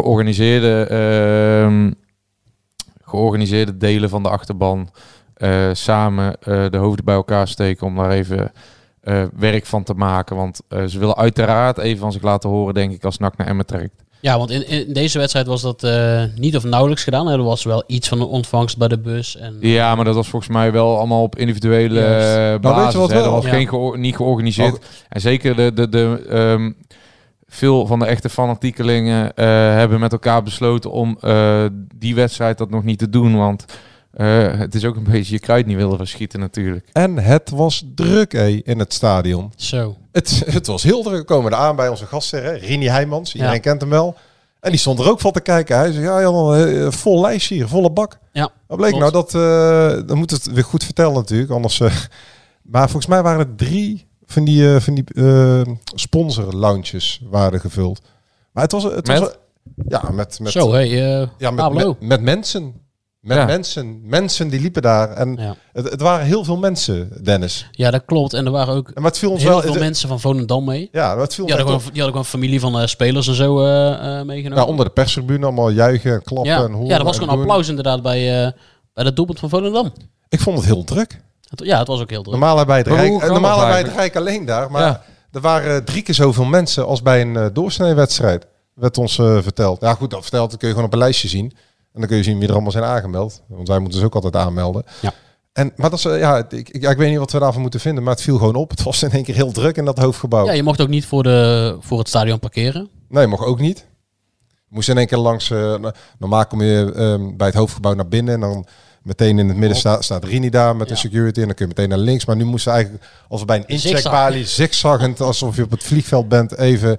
Speaker 1: georganiseerde delen van de achterban samen de hoofden bij elkaar steken om daar even werk van te maken. Want ze willen uiteraard even van zich laten horen, denk ik, als NAC naar Emmen trekt.
Speaker 7: Ja, want in deze wedstrijd was dat niet of nauwelijks gedaan. Er was wel iets van een ontvangst bij de bus. En,
Speaker 1: Ja, maar dat was volgens mij wel allemaal op individuele
Speaker 7: Juist.
Speaker 1: basis.
Speaker 8: weet je wat
Speaker 1: hè.
Speaker 8: wel?
Speaker 1: Dat was
Speaker 7: Ja.
Speaker 1: niet georganiseerd.
Speaker 8: Oh.
Speaker 1: En zeker veel van de echte fanatiekelingen hebben met elkaar besloten om die wedstrijd dat nog niet te doen. Want het is ook een beetje je kruid niet willen verschieten natuurlijk.
Speaker 8: En het was druk in het stadion.
Speaker 7: Zo.
Speaker 8: Het was heel druk. We komen er aan bij onze gasten, hè? Rini Heijmans. Iedereen
Speaker 7: Ja.
Speaker 8: kent hem wel. En die stond er ook van te kijken. Hij zei, ja, Jan, vol lijstje hier, volle bak.
Speaker 7: Ja,
Speaker 8: Wat bleek
Speaker 7: klopt.
Speaker 8: nou? Dan moet het weer goed vertellen natuurlijk. Anders, maar volgens mij waren er 3 van die sponsor lounges waren gevuld. Maar het was met
Speaker 7: Zo, Pablo.
Speaker 8: met mensen. Met
Speaker 1: Ja.
Speaker 8: mensen die liepen daar. En
Speaker 7: Ja.
Speaker 8: het waren heel veel mensen, Dennis.
Speaker 7: Ja, dat klopt. En er waren ook
Speaker 8: Maar het viel ons
Speaker 7: heel
Speaker 8: wel...
Speaker 7: veel mensen van Volendam mee.
Speaker 8: Ja, maar het viel
Speaker 7: Die
Speaker 8: ons
Speaker 7: hadden,
Speaker 8: echt
Speaker 7: gewoon, die hadden gewoon familie van spelers en zo meegenomen.
Speaker 8: Ja, onder de perstribune allemaal juichen en klappen
Speaker 7: ja.
Speaker 8: en horen.
Speaker 7: Ja, dat was
Speaker 8: en
Speaker 7: gewoon
Speaker 8: doen.
Speaker 7: applaus inderdaad bij dat doelpunt van Volendam.
Speaker 8: Ik vond het heel druk.
Speaker 7: Ja, het was ook heel druk.
Speaker 8: Normaal bij het
Speaker 1: Maar
Speaker 8: Rijk,
Speaker 1: hoe kan
Speaker 8: normaal
Speaker 1: dat
Speaker 8: bij het
Speaker 1: eigenlijk?
Speaker 8: Rijk alleen daar. Maar
Speaker 1: Ja.
Speaker 8: er waren 3 keer zoveel mensen als bij een doorsnee-wedstrijd. Werd ons verteld. Ja goed, dat verteld kun je gewoon op een lijstje zien. En dan kun je zien wie er allemaal zijn aangemeld. Want wij moeten ze ook altijd aanmelden.
Speaker 7: Ja.
Speaker 8: Maar dat is, ik weet niet wat we daarvan moeten vinden. Maar het viel gewoon op. Het was in één keer heel druk in dat hoofdgebouw.
Speaker 7: Ja, je mocht ook niet voor het stadion parkeren.
Speaker 8: Nee, mocht ook niet. Je moest in één keer langs... normaal kom je bij het hoofdgebouw naar binnen. En dan meteen in het midden staat Rini daar met de security. En dan kun je meteen naar links. Maar nu moesten we eigenlijk, als we bij een incheckbalie, zigzaggend, alsof je op het vliegveld bent, even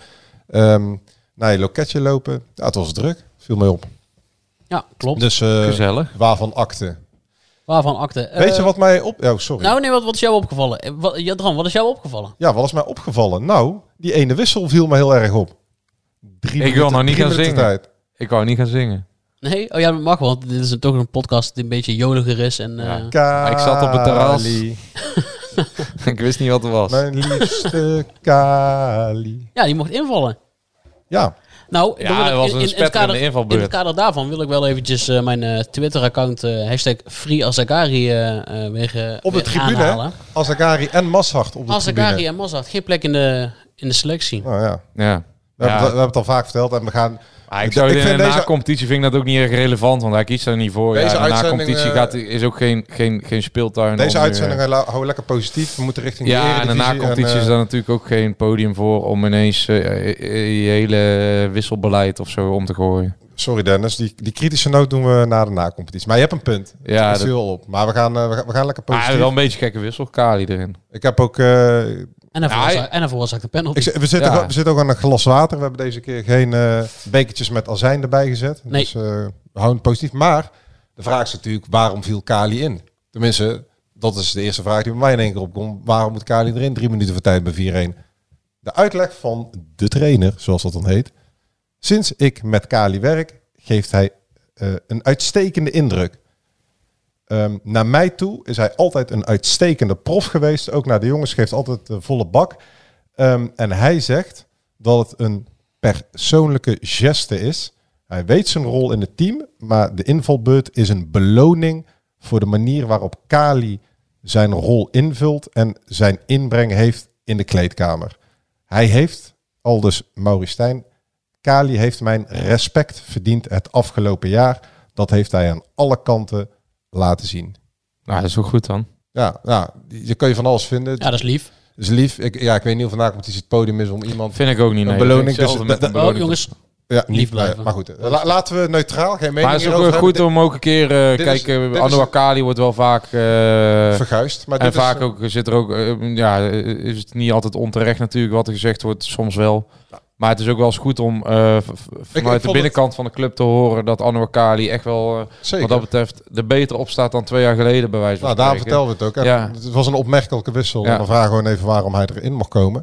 Speaker 8: naar je loketje lopen. Ja, het was druk. Viel mij op.
Speaker 7: Ja, klopt.
Speaker 8: Dus
Speaker 1: Gezellig.
Speaker 8: waarvan akte?
Speaker 7: Waarvan akte?
Speaker 8: Weet je wat mij op... Oh, sorry.
Speaker 7: Nou nee, wat is jou opgevallen? Jadran, wat is jou opgevallen?
Speaker 8: Ja, wat is mij opgevallen? Nou, die ene wissel viel me heel erg op. 3
Speaker 1: Ik wil nog niet
Speaker 8: 3
Speaker 1: gaan
Speaker 8: minuten
Speaker 1: zingen.
Speaker 8: tijd.
Speaker 1: Ik wou niet gaan zingen.
Speaker 7: Nee? Oh ja, dat mag wel. Want dit is toch een podcast die een beetje joliger is. En,
Speaker 1: Ja. Ik zat op het terras.
Speaker 8: Kali,
Speaker 1: Ik wist niet wat er was.
Speaker 8: mijn liefste Kali.
Speaker 7: ja, die mocht invallen.
Speaker 8: Ja,
Speaker 7: Nou,
Speaker 1: Ja,
Speaker 7: dan wil ik
Speaker 1: het was een spetterende invalbeurt.
Speaker 7: in het kader daarvan wil ik wel eventjes mijn Twitter-account #FreeAzagari weer
Speaker 8: op de
Speaker 7: weer
Speaker 8: tribune,
Speaker 7: aanhalen.
Speaker 8: Azagari en Mashart op de
Speaker 7: Azagari
Speaker 8: tribune.
Speaker 7: en Mazat, geen plek in de selectie.
Speaker 8: Nou ja,
Speaker 1: Ja.
Speaker 8: we hebben het al vaak verteld en we gaan...
Speaker 1: Maar ik zou in
Speaker 8: vind
Speaker 1: de
Speaker 8: deze-
Speaker 1: na-competitie vind ik dat ook niet erg relevant, want hij kiest er niet voor.
Speaker 8: Deze
Speaker 1: Ja, de
Speaker 8: uitzending,
Speaker 1: na-competitie is ook geen speeltuin.
Speaker 8: Deze
Speaker 1: om nu,
Speaker 8: uitzending houden we lekker positief. We moeten richting de
Speaker 1: Ja, en de
Speaker 8: Eredivisie.
Speaker 1: na-competitie is daar natuurlijk ook geen podium voor om ineens je hele wisselbeleid of zo om te gooien.
Speaker 8: Sorry Dennis, die kritische noot doen we na de na-competitie. Maar je hebt een punt.
Speaker 1: Ja,
Speaker 8: dat is heel op. Maar we gaan lekker positief.
Speaker 1: wel een beetje gekke wissel, Kali erin.
Speaker 8: Ik heb ook...
Speaker 7: En daarvoor was ik de penalty.
Speaker 8: we zitten ook aan een glas water. We hebben deze keer geen bekertjes met azijn erbij gezet.
Speaker 7: Nee.
Speaker 8: Dus houden het positief. Maar de vraag is natuurlijk, waarom viel Kali in? Tenminste, dat is de eerste vraag die bij mij in één keer opkomt. Waarom moet Kali erin? 3 minuten voor tijd bij 4-1. De uitleg van de trainer, zoals dat dan heet. Sinds ik met Kali werk, geeft hij een uitstekende indruk. Naar mij toe is hij altijd een uitstekende prof geweest. Ook naar de jongens geeft altijd de volle bak. En hij zegt dat het een persoonlijke geste is. Hij weet zijn rol in het team, maar de invalbeurt is een beloning voor de manier waarop Kali zijn rol invult en zijn inbreng heeft in de kleedkamer. Hij heeft, aldus Maurice Stijn, Kali heeft mijn respect verdiend het afgelopen jaar. Dat heeft hij aan alle kanten laten zien.
Speaker 1: Nou, dat is ook goed dan.
Speaker 8: Ja, je kun je van alles vinden.
Speaker 7: Ja, dat is lief.
Speaker 8: Dat is lief. Ik weet niet of vandaag het podium is om iemand...
Speaker 1: Vind ik ook niet.
Speaker 8: Een beloning.
Speaker 7: Jongens,
Speaker 8: ja,
Speaker 7: lief blijven.
Speaker 8: Maar goed, laten we neutraal, geen mening.
Speaker 1: Maar het is ook goed om ook een keer... Kijk, Anouar Kali wordt wel vaak...
Speaker 8: verguisd. Maar
Speaker 1: en vaak ook zit er ook... is het niet altijd onterecht natuurlijk wat er gezegd wordt. Soms wel. Maar het is ook wel eens goed om vanuit de binnenkant van de club te horen dat Anouar Kali echt wel, wat dat betreft, er beter op staat dan 2 jaar geleden bij wijze van spreken.
Speaker 8: Daar vertelden we het ook. Ja. Het was een opmerkelijke wissel. En dan vragen we gewoon even waarom hij erin mag komen.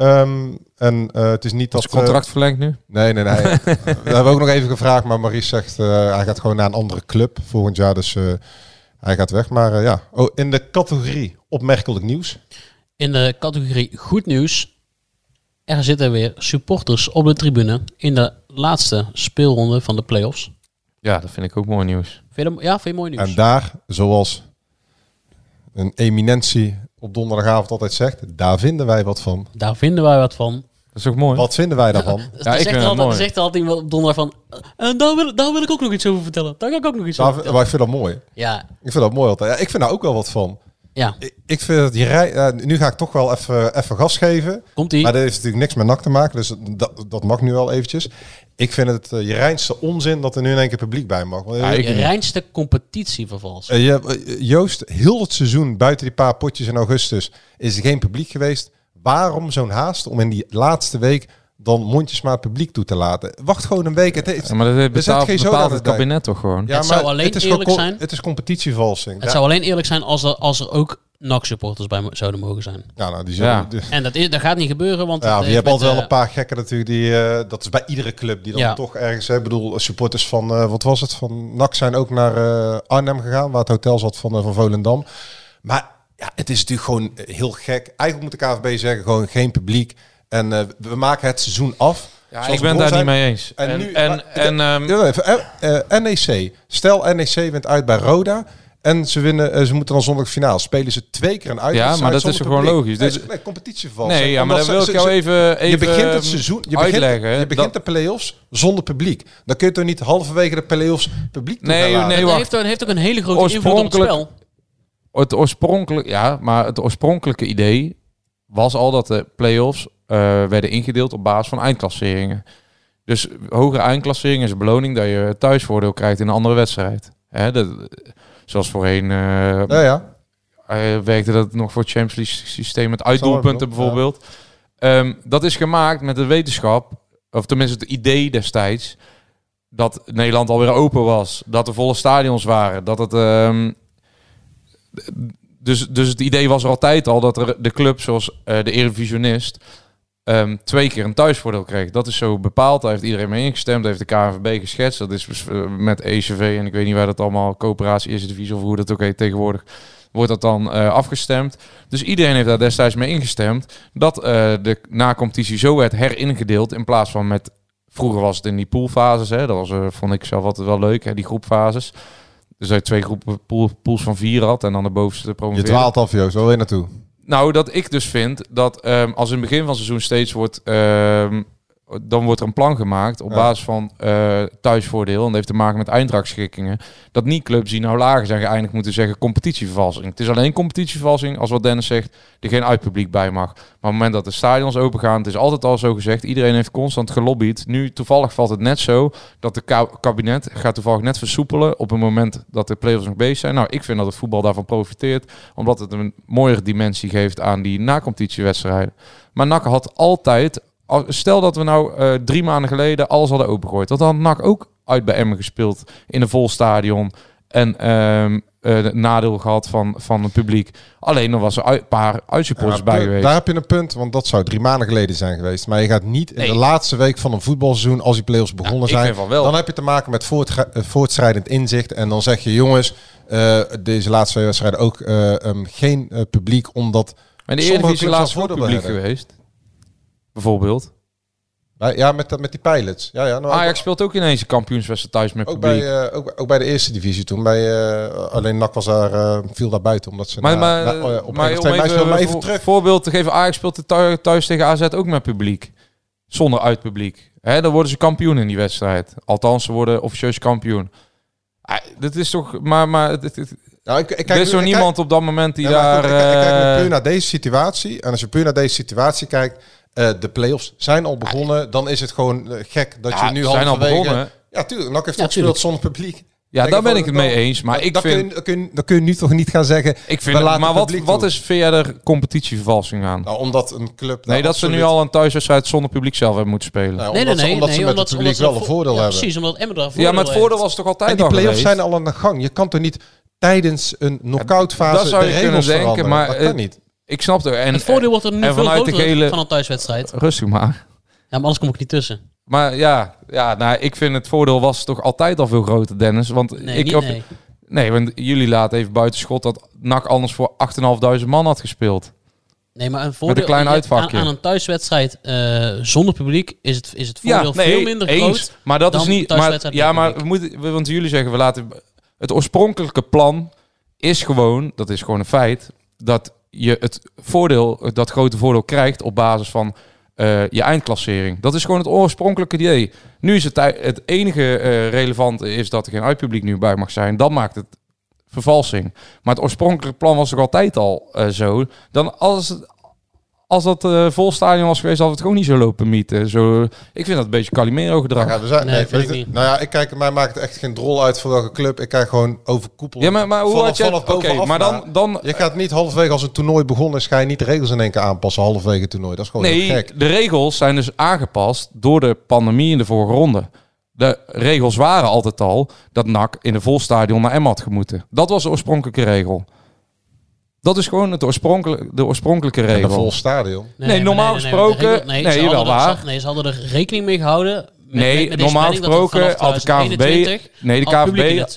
Speaker 8: Het is niet dat...
Speaker 1: Is het contract verlengd nu?
Speaker 8: Nee. We hebben ook nog even gevraagd, maar Maurice zegt hij gaat gewoon naar een andere club volgend jaar. Dus hij gaat weg. Maar in de categorie opmerkelijk nieuws.
Speaker 7: In de categorie goed nieuws. Er zitten weer supporters op de tribune in de laatste speelronde van de play-offs.
Speaker 1: Ja, dat vind ik ook mooi nieuws.
Speaker 7: Vind je mooi nieuws?
Speaker 8: En daar, zoals een eminentie op donderdagavond altijd zegt, daar vinden wij wat van.
Speaker 7: Daar vinden wij wat van.
Speaker 1: Dat is ook mooi.
Speaker 8: Wat vinden wij daarvan?
Speaker 7: Ik vind het mooi. Er zegt altijd iemand op donderdag van, daar wil ik ook nog iets over vertellen. Daar kan ik ook nog iets over vertellen.
Speaker 8: Maar ik vind dat mooi.
Speaker 7: Ja.
Speaker 8: Ik vind dat mooi altijd. Ja, ik vind daar ook wel wat van.
Speaker 7: Ja.
Speaker 8: Ik vind dat nu ga ik toch wel even gas geven.
Speaker 7: Komt-ie.
Speaker 8: Maar dat heeft natuurlijk niks met NAC te maken. Dus dat mag nu wel eventjes. Ik vind het je reinste onzin dat er nu in één keer publiek bij mag.
Speaker 7: Je reinste competitievervals.
Speaker 8: Joost, heel het seizoen buiten die paar potjes in augustus is er geen publiek geweest. Waarom zo'n haast om in die laatste week dan mondjesmaat publiek toe te laten? Wacht gewoon een week.
Speaker 1: Maar dat bepaalt het kabinet toch gewoon?
Speaker 7: Ja, het zou alleen eerlijk zijn.
Speaker 8: Het is competitievervalsing.
Speaker 7: Het zou alleen eerlijk zijn als er ook NAC-supporters bij zouden mogen zijn.
Speaker 8: Ja, die zullen,
Speaker 7: En dat gaat niet gebeuren, want...
Speaker 8: Ja, je hebt altijd wel een paar gekken natuurlijk die... dat is bij iedere club die dan toch ergens... Ik bedoel, supporters van... wat was het? Van NAC zijn ook naar Arnhem gegaan, waar het hotel zat van Volendam. Maar ja, het is natuurlijk gewoon heel gek. Eigenlijk moet de KVB zeggen, gewoon geen publiek. En we maken het seizoen af.
Speaker 1: Ja, ik ben daar niet mee eens.
Speaker 8: NEC. Stel, NEC wint uit bij Roda. En ze winnen, ze moeten dan zondag finale. Spelen ze 2 keer een uitwedstrijd.
Speaker 1: Ja, maar dat is gewoon logisch.
Speaker 8: Nee, competitievervalsing.
Speaker 1: Nee, ja, maar dan wil ik jou even
Speaker 8: je begint het seizoen, je begint de play-offs zonder publiek. Dan kun je toch niet halverwege de play-offs publiek toe gaan
Speaker 7: Nee, wacht. Het heeft ook een hele grote invloed op het spel.
Speaker 1: Het oorspronkelijke idee was al dat de play-offs werden ingedeeld op basis van eindklasseringen. Dus hogere eindklassering is een beloning dat je thuisvoordeel krijgt in een andere wedstrijd. Zoals voorheen werkte dat nog voor het Champions League systeem met uitdoelpunten bijvoorbeeld. Ja. Dat is gemaakt met de wetenschap, of tenminste het idee destijds, dat Nederland alweer open was, dat er volle stadions waren, dat het... Dus het idee was er altijd al dat er de club zoals de Eredivisionist 2 keer een thuisvoordeel kreeg. Dat is zo bepaald. Daar heeft iedereen mee ingestemd. Daar heeft de KNVB geschetst. Dat is met ECV en ik weet niet waar dat allemaal, coöperatie, Eerste Divisie of hoe dat ook heet tegenwoordig, wordt dat dan afgestemd. Dus iedereen heeft daar destijds mee ingestemd dat de na-competitie zo werd heringedeeld in plaats van met... Vroeger was het in die poolfases. Dat was, vond ik zelf altijd wel leuk, die groepfases. Dus dat je 2 groepen pools van 4 had en dan de bovenste promoveren.
Speaker 8: Je dwaalt af, Joost. Waar wil je naartoe?
Speaker 1: Nou, dat ik dus vind dat als in het begin van het seizoen steeds wordt... dan wordt er een plan gemaakt op basis van thuisvoordeel. En dat heeft te maken met eindrankschikkingen. Dat niet clubs die nou lager zijn geëindigd moeten zeggen competitievervalsing. Het is alleen competitievervalsing als wat Dennis zegt, er geen uitpubliek bij mag. Maar op het moment dat de stadions open gaan, het is altijd al zo gezegd, iedereen heeft constant gelobbyd. Nu toevallig valt het net zo dat de kabinet gaat toevallig net versoepelen op het moment dat de play-offs nog bezig zijn. Nou, ik vind dat het voetbal daarvan profiteert, omdat het een mooiere dimensie geeft aan die na-competitiewedstrijden. Maar NAC had altijd... Stel dat we nou 3 maanden geleden alles hadden opengegooid. Dat had NAC ook uit bij Emmen gespeeld in een vol stadion. En het nadeel gehad van het publiek. Alleen er was een paar uitsupporters bij geweest.
Speaker 8: Daar heb je een punt, want dat zou 3 maanden geleden zijn geweest. Maar je gaat niet in de laatste week van een voetbalseizoen, als die play-offs begonnen zijn, dan heb je te maken met voortschrijdend inzicht. En dan zeg je, jongens, deze laatste 2 wedstrijden ook geen publiek, omdat...
Speaker 1: Maar de Eredivisie laatst voor publiek geweest. Bijvoorbeeld.
Speaker 8: Ja, met die pilots. Ja, nou,
Speaker 1: Ajax speelt ook ineens een kampioenswedstrijd thuis met publiek.
Speaker 8: Ook bij de eerste divisie toen. Alleen NAC was viel daar buiten. Omdat ze
Speaker 1: even terug. Voorbeeld te geven. Ajax speelt thuis tegen AZ ook met publiek. Zonder uitpubliek. Dan worden ze kampioen in die wedstrijd. Althans, ze worden officieus kampioen. Dat is toch... Maar er is zo niemand op dat moment die daar...
Speaker 8: Ik kijk puur naar deze situatie. En als je puur naar deze situatie kijkt... de play-offs zijn al begonnen. Dan is het gewoon gek dat je nu
Speaker 1: zijn al begonnen.
Speaker 8: Ja, tuurlijk. NAC heeft gespeeld zonder publiek.
Speaker 1: Ja, daar ben ik het mee eens. Maar ik vind...
Speaker 8: Dan kun je nu toch niet gaan zeggen...
Speaker 1: Maar wat is verder competitievervalsing aan?
Speaker 8: Nou, omdat een club...
Speaker 1: Nee, dat ze nu al een thuiswedstrijd zonder publiek zelf hebben moeten spelen.
Speaker 8: Nou, omdat ze met het publiek wel een voordeel hebben.
Speaker 7: Precies, omdat Emmen daar
Speaker 1: voordeel maar het voordeel was toch altijd al
Speaker 8: geweest? En die play-offs zijn al aan de gang. Je kan toch niet tijdens een knock-out fase de regels veranderen?
Speaker 1: Maar
Speaker 8: dat kan niet.
Speaker 1: Ik snap het. En
Speaker 7: het voordeel wordt er nu veel groter van een thuiswedstrijd.
Speaker 1: Rustig maar.
Speaker 7: Ja, maar anders kom ik niet tussen.
Speaker 1: Maar ik vind het voordeel was toch altijd al veel groter, Dennis. Want want jullie laten even buiten schot dat NAC anders voor 8.500 man had gespeeld.
Speaker 7: Nee, maar een voordeel
Speaker 1: met een klein uitvakje.
Speaker 7: Aan een thuiswedstrijd zonder publiek is het voordeel veel minder groot.
Speaker 1: Maar dat is niet. Maar we moeten, want jullie zeggen we laten. Het oorspronkelijke plan is gewoon, dat is gewoon een feit, dat je dat grote voordeel krijgt op basis van je eindklassering. Dat is gewoon het oorspronkelijke idee. Nu is het enige relevante is dat er geen uitpubliek nu bij mag zijn. Dan maakt het vervalsing. Maar het oorspronkelijke plan was toch altijd al zo. Dan als dat vol stadion was geweest, had het gewoon niet zo lopen mieten. Ik vind dat een beetje Calimero gedrag.
Speaker 8: Mij maakt het echt geen drol uit voor welke club. Ik kijk gewoon overkoepeld.
Speaker 1: Ja, maar hoe had je... Oké, maar dan...
Speaker 8: Je gaat niet halverwege als een toernooi begonnen is, ga je niet de regels in één keer aanpassen halverwege het toernooi. Dat is gewoon heel gek.
Speaker 1: De regels zijn dus aangepast door de pandemie in de vorige ronde. De regels waren altijd al dat NAC in een vol stadion naar Emmen had gemoeten. Dat was de oorspronkelijke regel. Dat is gewoon de oorspronkelijke regel.
Speaker 8: En een vol stadion?
Speaker 1: Nee, normaal gesproken... Nee, wel waar.
Speaker 7: Ze hadden er rekening mee gehouden... Met
Speaker 1: normaal gesproken had de KNVB... Nee, de KNVB...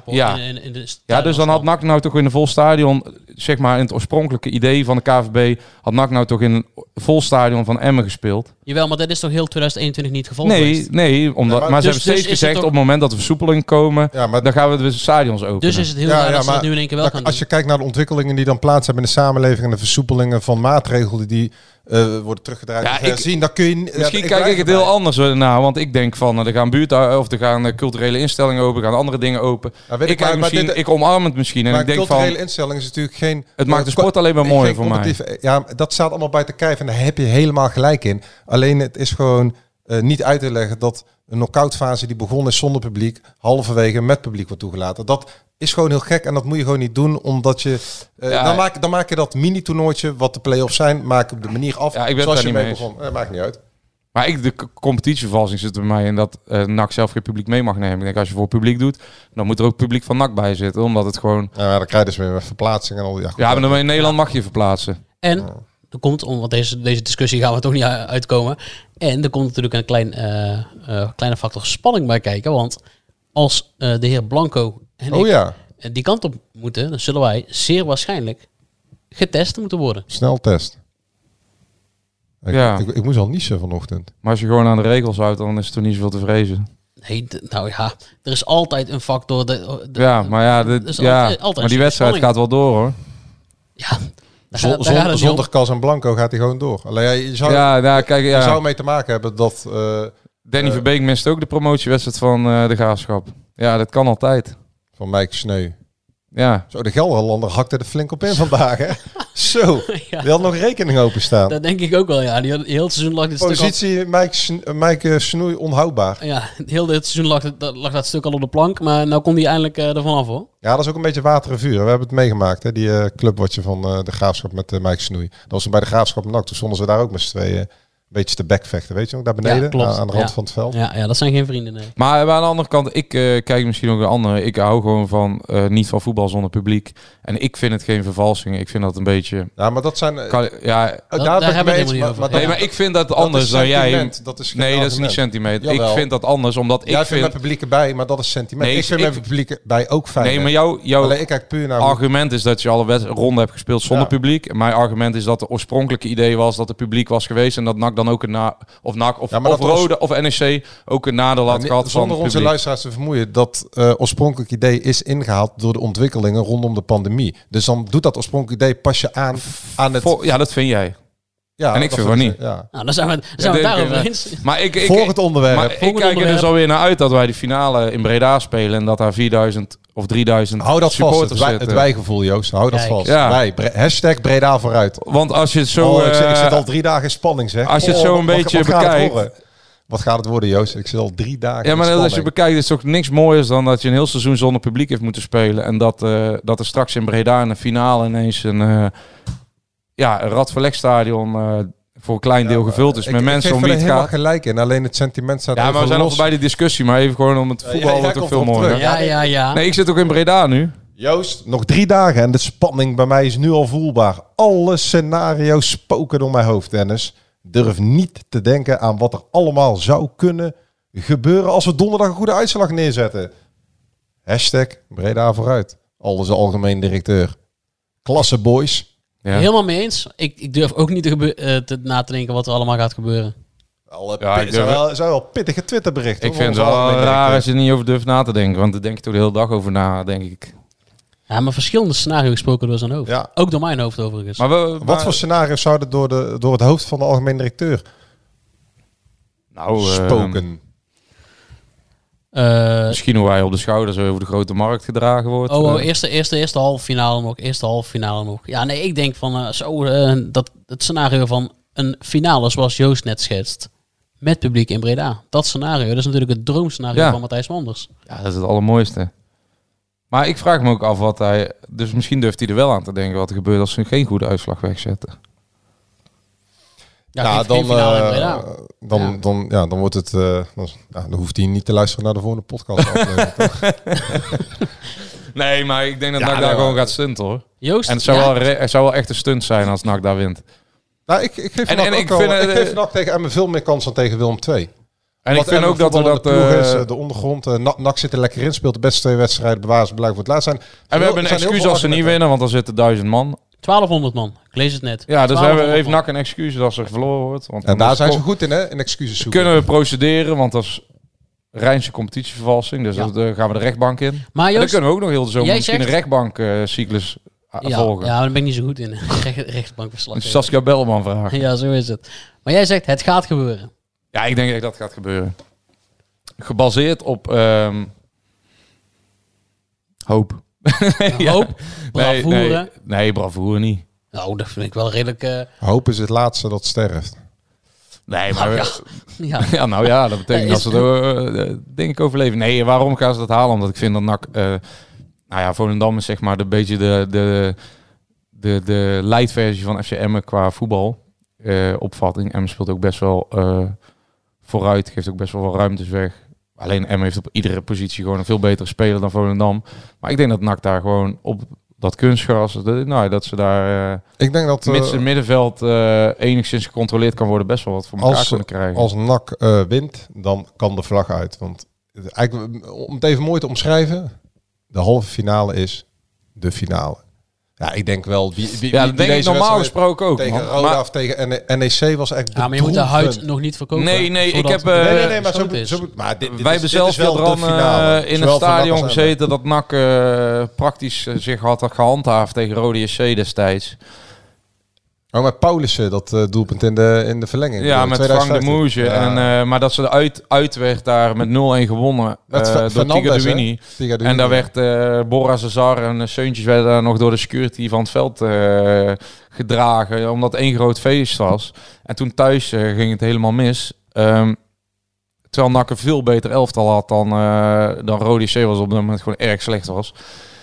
Speaker 1: Ja, dus dan had NAC nou toch in een vol stadion... Zeg maar in het oorspronkelijke idee van de KNVB... had NAC nou toch in een vol stadion van Emmen gespeeld.
Speaker 7: Jawel, maar dat is toch heel 2021 niet het geval geweest?
Speaker 1: Nee, maar ze hebben steeds gezegd... op het moment dat er versoepelingen komen... dan gaan we de stadions openen.
Speaker 7: Dus is het heel raar dat ze dat nu in één keer wel gaan doen.
Speaker 8: Als je kijkt naar de ontwikkelingen die dan plaats hebben in de samenleving... en de versoepelingen van maatregelen die... worden teruggedraaid. Dan kun je,
Speaker 1: misschien kijk ik het heel anders naar, want ik denk van er gaan er gaan culturele instellingen open, gaan andere dingen open. Ik omarm het misschien en ik denk van
Speaker 8: culturele instellingen is natuurlijk geen.
Speaker 1: Het maakt de sport alleen maar mooier voor mij.
Speaker 8: Ja, dat staat allemaal buiten kijf en daar heb je helemaal gelijk in. Alleen het is gewoon niet uit te leggen dat een knock-out fase die begonnen is zonder publiek, halverwege met publiek wordt toegelaten. Dat is gewoon heel gek en dat moet je gewoon niet doen, omdat je... Dan maak je dat mini-toernooitje, wat de play-offs zijn, maak op de manier af zoals je mee begon. Dat maakt niet uit.
Speaker 1: Maar de competitievervalsing zit bij mij in dat NAC zelf geen publiek mee mag nemen. Ik denk, als je voor publiek doet, dan moet er ook publiek van NAC bij zitten, omdat het gewoon...
Speaker 8: Ja, dan krijg je dus weer verplaatsing en al die...
Speaker 1: maar in Nederland mag je verplaatsen.
Speaker 7: En er komt, want deze discussie gaan we toch niet uitkomen. En er komt natuurlijk een kleine factor spanning bij kijken, want als de heer Blanco en ik die kant op moeten, dan zullen wij zeer waarschijnlijk getest moeten worden.
Speaker 8: Sneltest. Ik moest al niezen vanochtend.
Speaker 1: Maar als je gewoon aan de regels houdt, dan is het toch niet zoveel te vrezen.
Speaker 7: Nee, er is altijd een factor.
Speaker 1: Maar die wedstrijd gaat wel door, hoor.
Speaker 7: Ja.
Speaker 8: Zonder Cas en Blanco gaat hij gewoon door. Alleen je zou mee te maken hebben dat...
Speaker 1: Danny Verbeek mist ook de promotiewedstrijd van de Graafschap. Ja, dat kan altijd.
Speaker 8: Van Mike Sneu.
Speaker 1: Ja.
Speaker 8: Zo, de Gelderlander hakte er flink op in vandaag, hè? Zo, die had nog rekening openstaan.
Speaker 7: Dat denk ik ook wel, ja. Die heel het seizoen lag dit
Speaker 8: positie Mike Snoei onhoudbaar.
Speaker 7: Ja, heel dit seizoen lag dat stuk al op de plank, maar nou kon hij eindelijk ervan af, hoor.
Speaker 8: Ja, dat is ook een beetje water en vuur. We hebben het meegemaakt, hè? Die clubwatje van de Graafschap met Mike Snoei. Dat was bij de Graafschap NAC. Toen stonden ze daar ook met z'n tweeën beetje te bekvechten, weet je nog, daar beneden,
Speaker 7: klopt.
Speaker 8: aan de rand van het veld.
Speaker 7: Ja, dat zijn geen vrienden, nee.
Speaker 1: Maar aan de andere kant, ik kijk misschien ook de andere. Ik hou gewoon van niet van voetbal zonder publiek. En ik vind het geen vervalsing. Ik vind dat een beetje...
Speaker 8: Ja, maar dat zijn...
Speaker 1: daar
Speaker 7: hebben we het helemaal niet over.
Speaker 1: Nee, maar ik vind dat anders dan jij.
Speaker 8: Dat is
Speaker 1: Nee, dat is niet sentiment.
Speaker 8: Jawel.
Speaker 1: Ik vind dat anders, omdat
Speaker 8: Jij
Speaker 1: ik
Speaker 8: vindt
Speaker 1: vind...
Speaker 8: mijn publiek erbij, maar dat is sentiment.
Speaker 1: Nee,
Speaker 8: ik vind mijn publiek erbij ook fijn.
Speaker 1: Nee, maar jouw
Speaker 8: Alleen ik kijk puur naar...
Speaker 1: argument is dat je alle ronden hebt gespeeld zonder publiek. En mijn argument is dat de oorspronkelijke idee was dat er publiek was geweest en dat NAC dan ook of Rode of NEC ook een nadeel had gehad van
Speaker 8: zonder onze luisteraars te vermoeien, dat oorspronkelijk idee is ingehaald door de ontwikkelingen rondom de pandemie. Dus dan doet dat oorspronkelijk idee, pas je aan het...
Speaker 1: Ja, dat vind jij.
Speaker 8: Ja,
Speaker 1: en ik vind het niet.
Speaker 8: Ja.
Speaker 7: Nou, dan zijn we het daarover eens.
Speaker 1: Maar
Speaker 8: voor het onderwerp.
Speaker 1: Maar ik kijk er dus alweer naar uit dat wij die finale in Breda spelen en dat daar 4000 of 3000
Speaker 8: hou dat
Speaker 1: supporters
Speaker 8: vast, het wijgevoel, Joost. Hou dat vast.
Speaker 1: Ja.
Speaker 8: Wij, hashtag Breda vooruit.
Speaker 1: Want als je het zo...
Speaker 8: ik zit al 3 dagen in spanning, zeg.
Speaker 1: Als je het zo een beetje bekijkt...
Speaker 8: Wat gaat het worden, Joost? Ik zit al 3 dagen
Speaker 1: Ja, maar als je bekijkt, is het toch niks mooiers dan dat je een heel seizoen zonder publiek heeft moeten spelen. En dat er straks in Breda in de finale ineens een Radverlegstadion voor een klein deel gevuld is met mensen om wie het gaat.
Speaker 8: Gelijk in, alleen het sentiment staat
Speaker 1: maar we zijn al voorbij die discussie, maar even gewoon om het voetbal wordt ook veel mooier.
Speaker 7: Ja.
Speaker 1: Nee, ik zit ook in Breda nu.
Speaker 8: Joost, nog 3 dagen en de spanning bij mij is nu al voelbaar. Alle scenario's spoken door mijn hoofd, Dennis. Durf niet te denken aan wat er allemaal zou kunnen gebeuren als we donderdag een goede uitslag neerzetten. Hashtag Breda vooruit. Aldus de algemeen directeur. Klasse boys.
Speaker 7: Ja. Helemaal mee eens. Ik durf ook niet na te denken wat er allemaal gaat gebeuren.
Speaker 8: Zou wel pittige Twitterberichten.
Speaker 1: Ik vind het wel raar als je er niet over durft na te denken. Want daar denk je toch de hele dag over na, denk ik.
Speaker 7: Ja, maar verschillende scenario's gesproken door zijn hoofd. Ja. Ook door mijn hoofd overigens.
Speaker 8: Maar wat voor scenario's zouden door het hoofd van de algemeen directeur spoken?
Speaker 1: Misschien hoe hij op de schouders over de grote markt gedragen wordt.
Speaker 7: Eerste halve finale nog. Ja, nee, ik denk van dat het scenario van een finale zoals Joost net schetst. Met publiek in Breda. Dat scenario, dat is natuurlijk het droomscenario van Matthijs Manders.
Speaker 1: Ja, dat is het allermooiste. Maar ik vraag me ook af wat hij... Dus misschien durft hij er wel aan te denken wat er gebeurt als ze geen goede uitslag wegzetten.
Speaker 8: Dan wordt het... dan hoeft hij niet te luisteren naar de volgende podcast.
Speaker 1: Nee, maar ik denk dat NAC daar gewoon gaat stunten, hoor.
Speaker 7: Joost,
Speaker 1: en het zou wel echt een stunt zijn als NAC daar wint.
Speaker 8: Nou, ik geef NAC tegen Emmen veel meer kans dan tegen Willem II.
Speaker 1: En ik vind ook dat we dat...
Speaker 8: de ondergrond, NAC zit er lekker in, speelt de beste 2 wedstrijden, bewaars blijft voor het laatst zijn.
Speaker 1: En we hebben een excuus als ze niet winnen, want dan zitten 1000 man.
Speaker 7: 1200 man, ik lees het net.
Speaker 1: Ja, dus heeft NAC een excuus als er verloren wordt. Want
Speaker 8: en daar zijn ze goed in, hè? In excuses zoeken.
Speaker 1: Kunnen we procederen, want dat is Rijnse competitievervalsing. Dus dan gaan we de rechtbank in.
Speaker 7: Maar Joost,
Speaker 1: dan kunnen we ook nog heel de zomer misschien een rechtbankcyclus volgen.
Speaker 7: Ja, daar ben ik niet zo goed in. Rechtbankverslag.
Speaker 1: Een Saskia Belleman vragen.
Speaker 7: Ja, zo is het. Maar jij zegt, het gaat gebeuren.
Speaker 1: Ja, ik denk dat gaat gebeuren. Gebaseerd op hoop.
Speaker 7: Hoop? Bravoure?
Speaker 1: Nee, bravoure niet.
Speaker 7: Nou, dat vind ik wel redelijk...
Speaker 8: Hoop is het laatste dat sterft.
Speaker 1: Nee, maar... dat betekent dat ze er, denk ik, overleven. Nee, waarom gaan ze dat halen? Omdat ik vind dat NAC... Volendam is zeg maar een beetje de light-versie van FC Emmen qua voetbal. Opvatting. Emmen speelt ook best wel vooruit. Geeft ook best wel wat ruimtes weg. Alleen Emmen heeft op iedere positie gewoon een veel betere speler dan Volendam. Maar ik denk dat NAC daar gewoon op dat kunstgras, dat ze daar
Speaker 8: ik denk dat
Speaker 1: mits het middenveld enigszins gecontroleerd kan worden, best wel wat voor elkaar kunnen krijgen.
Speaker 8: Als NAC wint, dan kan de vlag uit. Want eigenlijk, om het even mooi te omschrijven, de halve finale is de finale. Ja, ik denk wel...
Speaker 1: dat denk ik normaal gesproken ook.
Speaker 8: Tegen Roda of tegen NEC was echt...
Speaker 7: Ja, maar je moet de huid nog niet verkopen.
Speaker 1: Nee, ik heb...
Speaker 8: maar
Speaker 1: wij hebben zelf in het stadion gezeten dat NAC praktisch zich had gehandhaafd tegen Rode JC destijds.
Speaker 8: Oh, met Paulussen, dat doelpunt in de verlenging.
Speaker 1: Ja, met Frank de Moesje. Ja. Maar dat ze uit werd daar met 0-1 gewonnen door Tiga Duini. En daar werd Bora Cesar en Seuntjes werden daar nog door de security van het veld gedragen. Omdat het één groot feest was. En toen thuis ging het helemaal mis. Terwijl NAC een veel beter elftal had dan Rode C was op dat moment gewoon erg slecht was.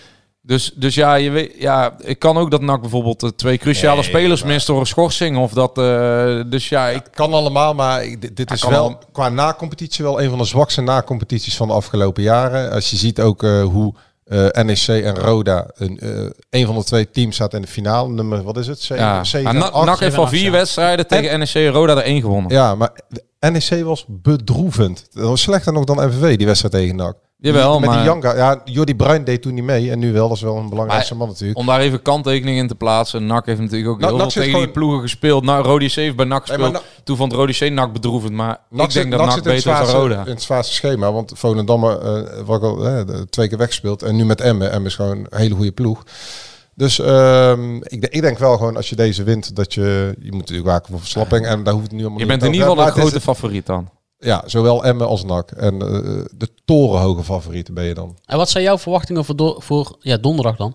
Speaker 1: Dus ja, je weet, ja, ik kan ook dat NAC bijvoorbeeld 2 cruciale spelers mist door een schorsing. Of dat, dus ja, ik
Speaker 8: kan allemaal, maar dit is wel qua na-competitie wel een van de zwakste na-competities van de afgelopen jaren. Als je ziet ook hoe NEC en Roda, een van de 2 teams staat in de finale. Nummer, wat is het? 7,
Speaker 1: NAC heeft al 4 wedstrijden tegen NEC en Roda er 1 gewonnen.
Speaker 8: Ja, maar NEC was bedroevend. Dat was slechter nog dan MVV, die wedstrijd tegen NAC.
Speaker 1: Jawel,
Speaker 8: met
Speaker 1: maar...
Speaker 8: die Janga, ja, Jordi Bruin deed toen niet mee en nu wel. Dat is wel een belangrijkste man natuurlijk.
Speaker 1: Om daar even kanttekening in te plaatsen. NAC heeft natuurlijk ook heel veel tegen die ploegen gespeeld. Rodi C heeft bij NAC gespeeld. Toen vond Rodi C NAC bedroevend. Maar ik denk dat NAC beter is dan Roda.
Speaker 8: In het zwaarste schema. Want Volendam wordt al 2 keer weggespeeld. En nu met Emmen. Emmen is gewoon een hele goede ploeg. Dus ik denk wel gewoon als je deze wint. Dat je moet natuurlijk waken voor verslapping. En daar hoeft het nu allemaal
Speaker 1: je bent in ieder geval een grote favoriet dan.
Speaker 8: Ja, zowel Emmen als NAC. En de torenhoge favorieten ben je dan.
Speaker 7: En wat zijn jouw verwachtingen voor donderdag dan?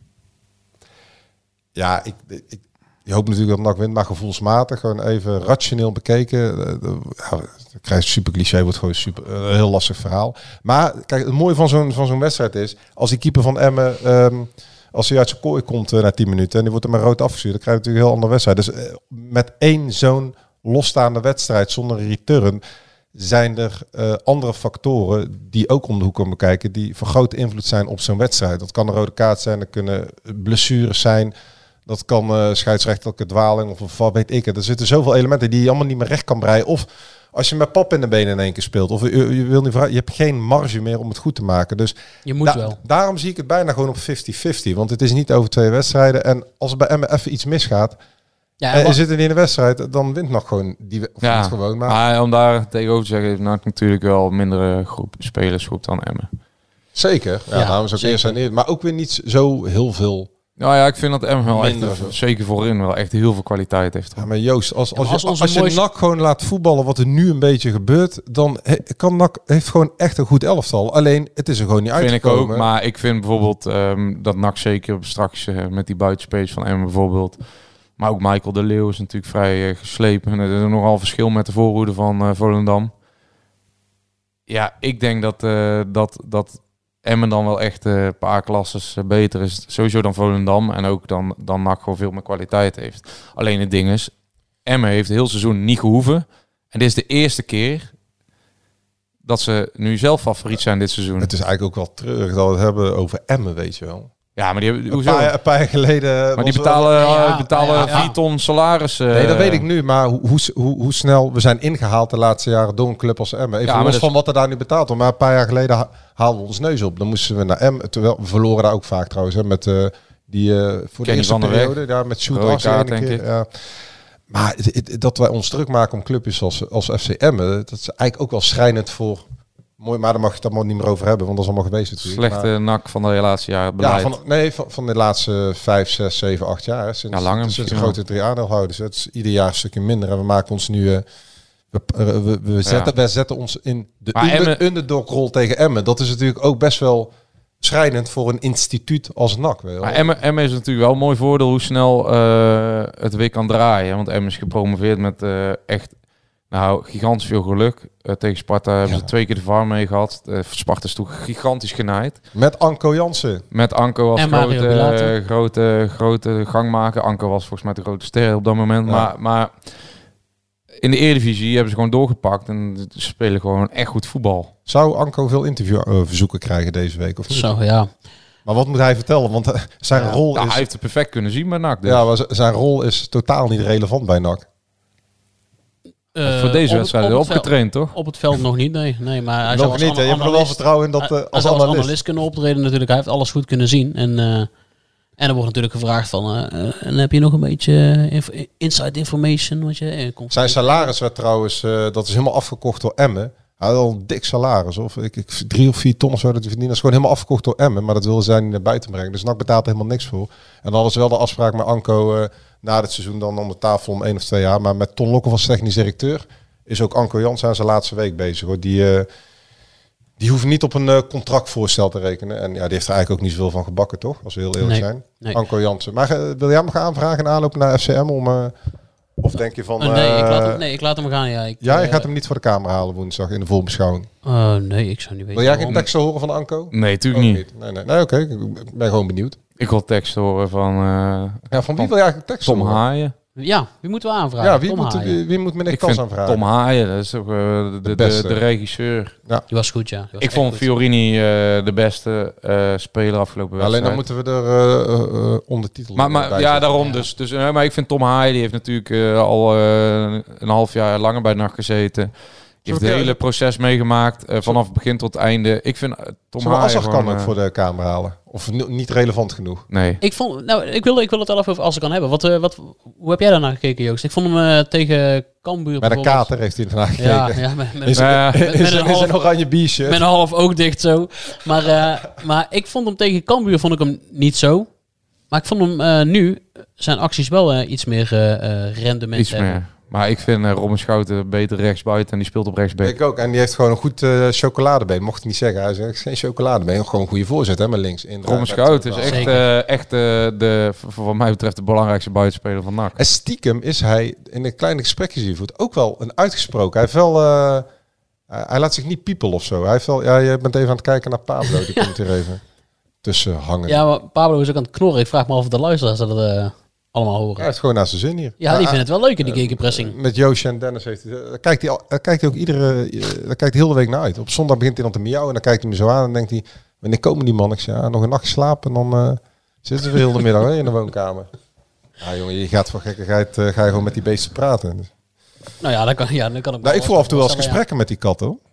Speaker 8: Ja, ik hoop natuurlijk dat NAC wint, maar gevoelsmatig. Gewoon even rationeel bekeken. Dan krijg je super cliché, wordt gewoon super een heel lastig verhaal. Maar kijk, het mooie van zo'n wedstrijd is, als die keeper van Emmen... als hij uit zijn kooi komt na 10 minuten en die wordt er maar rood afgestuurd, dan krijg je natuurlijk een heel andere wedstrijd. Dus met 1 zo'n losstaande wedstrijd zonder return zijn er andere factoren die ook om de hoek komen kijken, die van grote invloed zijn op zo'n wedstrijd. Dat kan een rode kaart zijn, dat kunnen blessures zijn, dat kan scheidsrechtelijke dwaling of wat weet ik het. Er zitten zoveel elementen die je allemaal niet meer recht kan breien. Of als je met pap in de benen in 1 keer speelt, of je wil niet, je hebt geen marge meer om het goed te maken. Dus
Speaker 7: je moet wel.
Speaker 8: Daarom zie ik het bijna gewoon op 50-50, want het is niet over 2 wedstrijden. En als er bij Emmen even iets misgaat, en je zit in de wedstrijd, dan wint nog gewoon die gewoon.
Speaker 1: Maar om daar tegenover te zeggen, heeft NAC natuurlijk wel een mindere spelersgroep dan Emmen.
Speaker 8: Zeker. Ja, daarom is ook eerst en eerst. Maar ook weer niet zo heel veel.
Speaker 1: Nou ja, ik vind dat Emmen wel echt, zeker voorin wel echt heel veel kwaliteit heeft.
Speaker 8: Ja, maar Joost, als je NAC gewoon laat voetballen wat er nu een beetje gebeurt, dan kan NAC heeft gewoon echt een goed elftal. Alleen, het is er gewoon niet uitgekomen.
Speaker 1: Vind ik ook, maar ik vind bijvoorbeeld dat NAC zeker straks met die buitenspelers van Emmen bijvoorbeeld. Maar ook Michael de Leeuw is natuurlijk vrij geslepen. Er is nogal verschil met de voorhoede van Volendam. Ja, ik denk dat Emmen dan wel echt een paar klasses beter is. Sowieso dan Volendam. En ook dan NAC gewoon veel meer kwaliteit heeft. Alleen het ding is, Emmen heeft het heel seizoen niet gehoeven. En dit is de eerste keer dat ze nu zelf favoriet zijn dit seizoen.
Speaker 8: Het is eigenlijk ook wel treurig dat we het hebben over Emmen, weet je wel.
Speaker 1: Ja, maar die hebben
Speaker 8: een paar jaar geleden.
Speaker 1: Maar die betalen 4 ton salaris.
Speaker 8: Nee, dat weet ik nu. Maar hoe snel we zijn ingehaald de laatste jaren door een club als Emmen. Even los van wat er daar nu betaald wordt. Maar een paar jaar geleden haalden we ons neus op. Dan moesten we naar Emmen. Terwijl we verloren daar ook vaak trouwens. Hè, met die voor de eerste periode. Daar met Sjoerd denk ik. Ja. Maar dat wij ons druk maken om clubjes als FC Emmen. Dat is eigenlijk ook wel schrijnend voor. Mooi, maar daar mag je het allemaal niet meer over hebben, want dat is allemaal geweest natuurlijk.
Speaker 1: Slechte NAC van de laatste jaren beleid.
Speaker 8: Ja, van de laatste 5, 6, 7, 8 jaar. Sinds de grote 3 aandeelhouders. Het is ieder jaar een stukje minder en we maken ons nu... We zetten ons in de underdog-rol tegen Emmen. Dat is natuurlijk ook best wel schrijnend voor een instituut als NAC.
Speaker 1: Maar Emmen is natuurlijk wel een mooi voordeel hoe snel het weer kan draaien. Want Emmen is gepromoveerd met echt... Nou, gigantisch veel geluk. Tegen Sparta hebben ze 2 keer de VAR mee gehad. Sparta is toen gigantisch genaaid.
Speaker 8: Met Anko Jansen.
Speaker 1: Met Anko als grote gangmaker. Anko was volgens mij de grote ster op dat moment. Ja. Maar in de Eredivisie hebben ze gewoon doorgepakt. En ze spelen gewoon echt goed voetbal.
Speaker 8: Zou Anko veel interviewverzoeken krijgen deze week? Of niet?
Speaker 7: Zo, ja.
Speaker 8: Maar wat moet hij vertellen? Want zijn rol is...
Speaker 1: Hij heeft het perfect kunnen zien bij NAC. Dus.
Speaker 8: Ja, maar zijn rol is totaal niet relevant bij NAC.
Speaker 1: Voor deze wedstrijd opgetraind, toch?
Speaker 7: Op het veld nog niet, nee. Maar hij
Speaker 8: nog niet, je hebt er wel vertrouwen in dat als
Speaker 7: analist kunnen optreden natuurlijk. Hij heeft alles goed kunnen zien. En er wordt natuurlijk gevraagd van... en heb je nog een beetje inside information?
Speaker 8: Zijn salaris werd trouwens... dat is helemaal afgekocht door Emmen. Hij had al een dik salaris. Of 3 of 4 ton of zo dat hij verdient. Dat is gewoon helemaal afgekocht door Emmen. Maar dat willen zij niet naar buiten brengen. Dus NAC betaalt er helemaal niks voor. En dan hadden ze wel de afspraak met Anko... na dit seizoen dan om de tafel om 1 of 2 jaar. Maar met Ton Lokhoff als technisch directeur is ook Anko Jansen aan zijn laatste week bezig. Hoor. Die hoeven niet op een contractvoorstel te rekenen. En ja, die heeft er eigenlijk ook niet zoveel van gebakken, toch? Als we heel eerlijk zijn. Nee. Anko Jansen. Maar wil jij hem gaan aanvragen in aanloop naar FCM om Of denk je van...
Speaker 7: ik laat hem gaan. Ja,
Speaker 8: je gaat hem niet voor de camera halen woensdag in de voorbeschouwing.
Speaker 7: Nee, ik zou niet weten.
Speaker 8: Wil jij geen teksten horen van Anko?
Speaker 1: Nee, natuurlijk niet.
Speaker 8: Nee, oké. Ik ben gewoon benieuwd.
Speaker 1: Ik wil teksten horen van...
Speaker 8: van wie wil je eigenlijk teksten
Speaker 1: Tom
Speaker 8: horen?
Speaker 1: Haaien.
Speaker 7: Ja, wie moeten we aanvragen?
Speaker 8: Ja, wie moet meneer Kas aanvragen?
Speaker 1: Tom Haaien, dat is toch de regisseur.
Speaker 7: Die was goed, ja.
Speaker 1: Ik vond Fiorini de beste speler afgelopen wedstrijd.
Speaker 8: Alleen dan moeten we er ondertitelen
Speaker 1: maar ja, daarom dus. Maar ik vind Tom Haaien, die heeft natuurlijk al een half jaar langer bij NAC gezeten. Die heeft het hele proces meegemaakt, vanaf begin tot einde. Ik vind Tom Haaien
Speaker 8: kan ook voor de camera halen. Of niet relevant genoeg?
Speaker 1: Nee.
Speaker 7: Ik wil het wel even over als ik kan hebben. Hoe heb jij daarnaar gekeken, Joost? Ik vond hem tegen Cambuur.
Speaker 8: Met een kater heeft hij ernaar gekeken.
Speaker 7: Ja, met
Speaker 8: een oranje biertje.
Speaker 7: Met een half oog dicht zo. Maar ik vond hem tegen Cambuur vond ik hem niet zo. Maar ik vond hem nu zijn acties wel iets meer rendement
Speaker 1: iets meer. Maar ik vind Robin Schouten beter rechtsbuiten en die speelt op rechtsback.
Speaker 8: Ik ook. En die heeft gewoon een goed chocoladebeen. Mocht ik niet zeggen. Hij zegt geen chocoladebeen. Gewoon een goede voorzet hè, met links.
Speaker 1: Robin Schouten is echt voor mij betreft de belangrijkste buitenspeler van NAC.
Speaker 8: En stiekem is hij in de kleine gesprekjes die hij voert ook wel een uitgesproken. Hij heeft wel... hij laat zich niet piepel of zo. Hij heeft wel... Ja, je bent even aan het kijken naar Pablo. Die komt hier even tussen hangen.
Speaker 7: Ja, maar Pablo is ook aan het knorren. Ik vraag me af of de luisteraars dat... allemaal horen.
Speaker 8: Hij heeft gewoon naar zijn zin hier.
Speaker 7: Ja, die vinden het wel leuk in die gegenpressing.
Speaker 8: Met Joosje en Dennis heeft hij... Daar kijkt hij ook daar kijkt hij heel de week naar uit. Op zondag begint hij dan te miauwen en dan kijkt hij me zo aan en denkt hij... Wanneer komen die mannen? Ik zeg, nog een nacht slapen en dan zitten ze heel de middag in de woonkamer. Ja jongen, je gaat voor gekkigheid ga je gewoon met die beesten praten.
Speaker 7: Nou ja, dan kan ik...
Speaker 8: Nou, ik voel af en toe wel eens gesprekken met die katten hoor.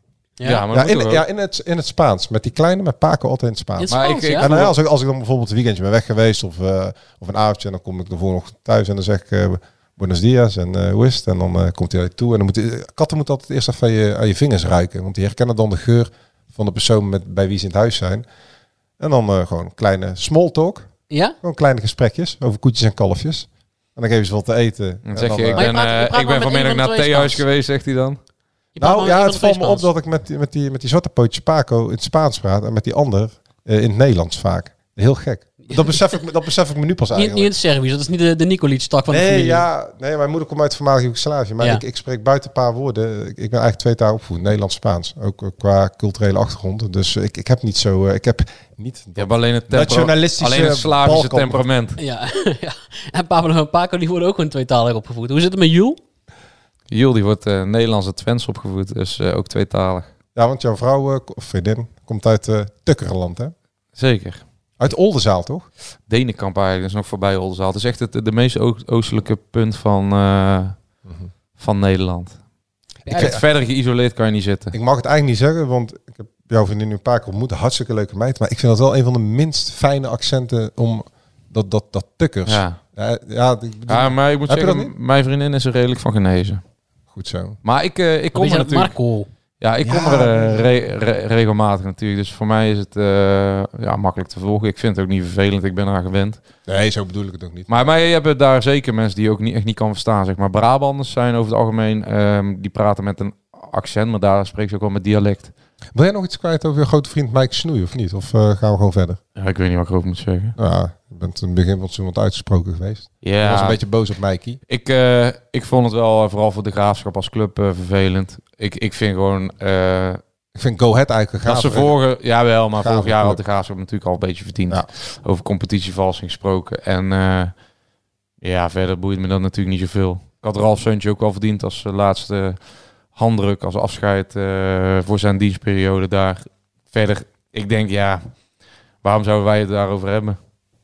Speaker 8: In het Spaans. Met die kleine, met Paco altijd in het Spaans. Als ik dan bijvoorbeeld een weekendje ben weg geweest of een avondje, en dan kom ik ervoor nog thuis en dan zeg ik buenos dias en hoe is het? En dan komt hij toe en dan katten moeten altijd eerst even aan je vingers ruiken, want die herkennen dan de geur van de persoon bij wie ze in het huis zijn. En dan gewoon kleine small talk.
Speaker 7: Ja?
Speaker 8: Gewoon kleine gesprekjes over koetjes en kalfjes. En dan geven ze wat te eten.
Speaker 1: Dan zeg je, ik ben vanmiddag naar het theehuis geweest, zegt hij dan.
Speaker 8: Nou ja, het valt me op dat ik met die zwarte pootjes Paco in het Spaans praat en met die ander in het Nederlands vaak. Heel gek. Dat besef ik me nu pas eigenlijk.
Speaker 7: Niet in het Servisch, dat is niet de Nikolic-tak van de familie.
Speaker 8: Nee, mijn moeder komt uit voormalig Joegoslavië. Maar ik spreek buiten een paar woorden. Ik ben eigenlijk 2 talen opgevoed. Nederlands-Spaans. Ook qua culturele achtergrond. Dus ik heb niet zo... ik heb niet...
Speaker 1: Je hebt alleen het
Speaker 8: nationalistische...
Speaker 1: Alleen het Slavische temperament.
Speaker 7: Ja. En Pablo en Paco die worden ook gewoon tweetalig opgevoed. Hoe zit het met Jules?
Speaker 1: Jules die wordt Nederlands en Twents opgevoed. Dus ook tweetalig.
Speaker 8: Ja, want jouw vrouw of vriendin komt uit Tukkerenland, hè?
Speaker 1: Zeker.
Speaker 8: Uit Oldenzaal, toch?
Speaker 1: Denenkamp eigenlijk, dat is nog voorbij Oldenzaal. Het is echt de meest oostelijke punt van Nederland. Ik vind verder geïsoleerd kan je niet zitten.
Speaker 8: Ik mag het eigenlijk niet zeggen, want ik heb jouw vriendin nu een paar keer ontmoet. Een hartstikke leuke meid. Maar ik vind dat wel een van de minst fijne accenten om dat Tukkers.
Speaker 1: Ja, maar ik moet zeggen, mijn vriendin is er redelijk van genezen.
Speaker 8: Goed zo.
Speaker 1: Maar ik kom er natuurlijk...
Speaker 7: Marco.
Speaker 1: Ja, ik kom er regelmatig natuurlijk. Dus voor mij is het makkelijk te volgen. Ik vind het ook niet vervelend. Ik ben eraan gewend.
Speaker 8: Nee, zo bedoel ik het ook niet.
Speaker 1: Maar je hebt daar zeker mensen die je ook echt niet kan verstaan. Zeg maar. Brabanders zijn over het algemeen... die praten met een accent, maar daar spreekt ze ook wel met dialect.
Speaker 8: Wil jij nog iets kwijt over je grote vriend Mike Snoei of niet? Of gaan we gewoon verder?
Speaker 1: Ja, ik weet niet wat ik erover moet zeggen.
Speaker 8: Ja, je bent in het begin van het seizoen wat uitgesproken geweest.
Speaker 1: Ja.
Speaker 8: Ik was een beetje boos op Mikey.
Speaker 1: Ik vond het wel, vooral voor de Graafschap als club, vervelend. Ik vind gewoon...
Speaker 8: ik vind Go Ahead eigenlijk een gaaf.
Speaker 1: Vorig jaar had de Graafschap natuurlijk al een beetje verdiend. Ja. Over competitievalsing gesproken. En verder boeit me dat natuurlijk niet zoveel. Ik had Ralf Seuntje ook wel verdiend als laatste handdruk, als afscheid voor zijn dienstperiode daar. Verder, ik denk, waarom zouden wij het daarover hebben?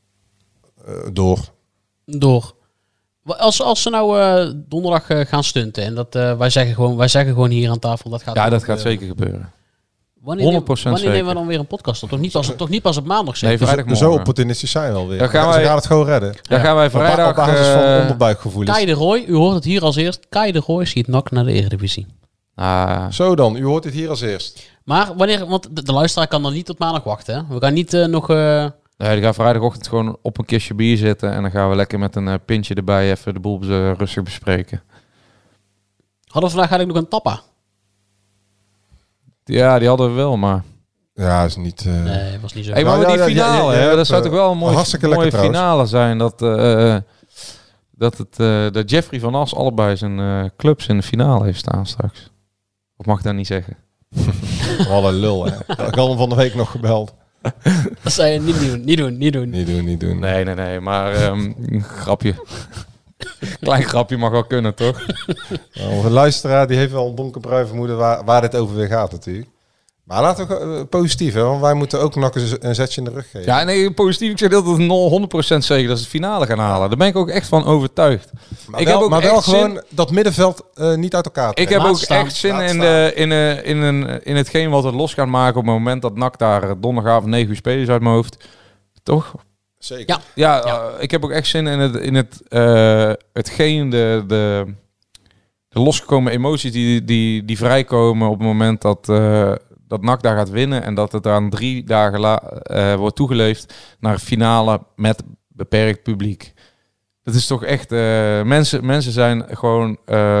Speaker 8: Door.
Speaker 7: Als ze nou donderdag gaan stunten en dat wij zeggen gewoon hier aan tafel dat gaat.
Speaker 1: Ja, dat gaat zeker gebeuren. 100%
Speaker 7: wanneer nemen we dan weer een podcast op? Toch niet pas op maandag zeg.
Speaker 1: Nee, vrijdagmorgen.
Speaker 8: Zo opportunistisch zijn we alweer.
Speaker 1: Ze gaan
Speaker 8: het gewoon redden.
Speaker 1: Dan gaan wij vrijdag...
Speaker 8: Op basis van onderbuikgevoelens.
Speaker 7: Kai de Roy, u hoort het hier als eerst. Kai de Roy schiet NAC naar de Eredivisie.
Speaker 8: Zo dan, u hoort het hier als eerst.
Speaker 7: Maar wanneer, want de luisteraar kan dan niet tot maandag wachten. Hè? We gaan niet nog...
Speaker 1: Nee, die gaan vrijdagochtend gewoon op een kistje bier zitten en dan gaan we lekker met een pintje erbij even de boel rustig bespreken.
Speaker 7: Hadden we vandaag eigenlijk nog een tappa?
Speaker 1: Ja, die hadden we wel, maar...
Speaker 8: Ja, is niet...
Speaker 7: Nee, was niet zo.
Speaker 1: Hey, maar die finale, dat zou toch wel een mooie finale zijn. dat Jeffrey van As allebei zijn clubs in de finale heeft staan straks. Of mag ik dat niet zeggen?
Speaker 8: Wat een lul, hè. Ik had hem van de week nog gebeld.
Speaker 7: Dat zou je niet doen.
Speaker 1: Nee. Maar grapje. Klein grapje mag wel kunnen, toch?
Speaker 8: Nou, een luisteraar die heeft wel een donkerbruin vermoeden waar dit over weer gaat natuurlijk. Maar laten we positief, hè, want wij moeten ook nog een zetje in de rug geven.
Speaker 1: Ja, nee, positief. Ik zeg altijd 100% zeker dat ze het finale gaan halen. Daar ben ik ook echt van overtuigd.
Speaker 8: Maar wel gewoon dat middenveld niet uit elkaar trekken.
Speaker 1: Ik heb ook echt zin in hetgeen wat het los gaat maken op het moment dat NAC daar donderdagavond 9 uur spelers uit mijn hoofd. Toch?
Speaker 8: Zeker.
Speaker 1: Ja. Ik heb ook echt zin in hetgeen de losgekomen emoties die vrijkomen op het moment dat NAC daar gaat winnen en dat het aan 3 dagen wordt toegeleefd naar een finale met beperkt publiek. Dat is toch echt... mensen zijn gewoon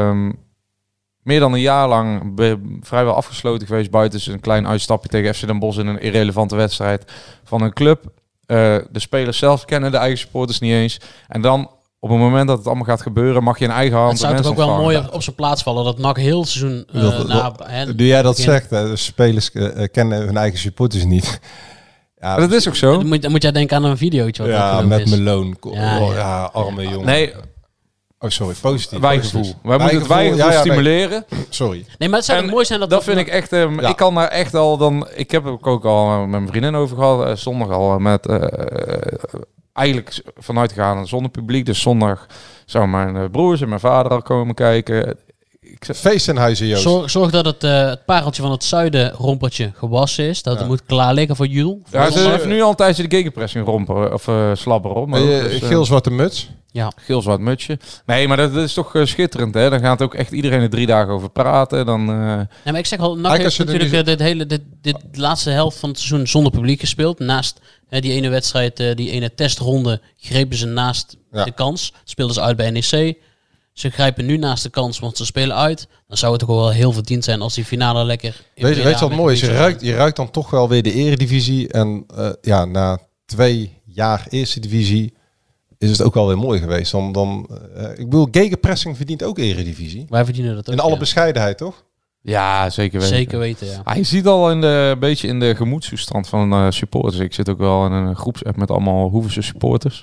Speaker 1: meer dan een jaar lang vrijwel afgesloten geweest buiten een klein uitstapje tegen FC Den Bosch in een irrelevante wedstrijd van een club. De spelers zelf kennen de eigen supporters niet eens. En dan... Op het moment dat het allemaal gaat gebeuren, mag je in eigen hand.
Speaker 7: Het zou toch ook wel mooi op zijn plaats vallen dat NAC heel het seizoen.
Speaker 8: Nu jij dat zegt, de spelers kennen hun eigen supporters niet. Ja,
Speaker 1: dat is ook zo.
Speaker 7: Dan moet jij denken aan een videootje.
Speaker 8: Ja, met Malone. Arme jongen.
Speaker 1: Nee.
Speaker 8: Oh, sorry. Positief.
Speaker 1: Wijgevoel. Wij moeten het wijgevoel stimuleren.
Speaker 8: Nee. Sorry.
Speaker 7: Nee, maar het zou mooi zijn
Speaker 1: dat vind ik echt... Ik kan daar echt al... Ik heb er ook al met mijn vriendin over gehad. Zondag al met... eigenlijk vanuit gegaan zonder publiek. Dus zondag zou mijn broers en mijn vader al komen kijken.
Speaker 8: Feest in huizen, Joost.
Speaker 7: Zorg dat het pareltje van het zuiden rompertje gewassen is. Dat het moet klaar liggen voor Jules.
Speaker 1: Ja, ze heeft nu al een tijdje de gegenpressing rompen. Of slabberen op.
Speaker 8: Geel-zwarte muts.
Speaker 7: Ja.
Speaker 1: Geel-zwart mutsje. Nee, maar dat is toch schitterend, hè? Dan gaat ook echt iedereen er 3 dagen over praten. Dan,
Speaker 7: maar ik zeg al, NAC heeft natuurlijk dit laatste helft van het seizoen zonder publiek gespeeld. Naast die ene wedstrijd, die ene testronde, grepen ze naast de kans. Speelden ze uit bij NEC. Ze grijpen nu naast de kans, want ze spelen uit. Dan zou het toch wel heel verdiend zijn als die finale lekker...
Speaker 8: Weet je wat mooi is? Je ruikt dan toch wel weer de eredivisie. En na 2 jaar eerste divisie is het ook wel weer mooi geweest. Ik bedoel, gegenpressing verdient ook eredivisie.
Speaker 7: Wij verdienen dat ook.
Speaker 8: In alle bescheidenheid, toch?
Speaker 1: Ja, zeker weten.
Speaker 7: Zeker weten, ja.
Speaker 1: Je ziet al een beetje in de gemoedstoestand van supporters. Ik zit ook wel in een groepsapp met allemaal Hoevense supporters.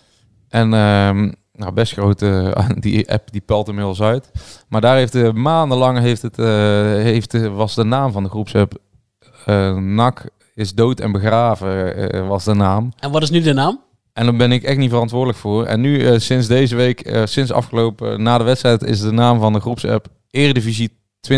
Speaker 1: En best grote, die app die pelt inmiddels uit. Maar daar heeft maandenlang was de naam van de groepsapp NAC is dood en begraven was de naam.
Speaker 7: En wat is nu de naam?
Speaker 1: En daar ben ik echt niet verantwoordelijk voor. En nu sinds deze week, sinds afgelopen na de wedstrijd, is de naam van de groepsapp Eredivisie 2021-2022.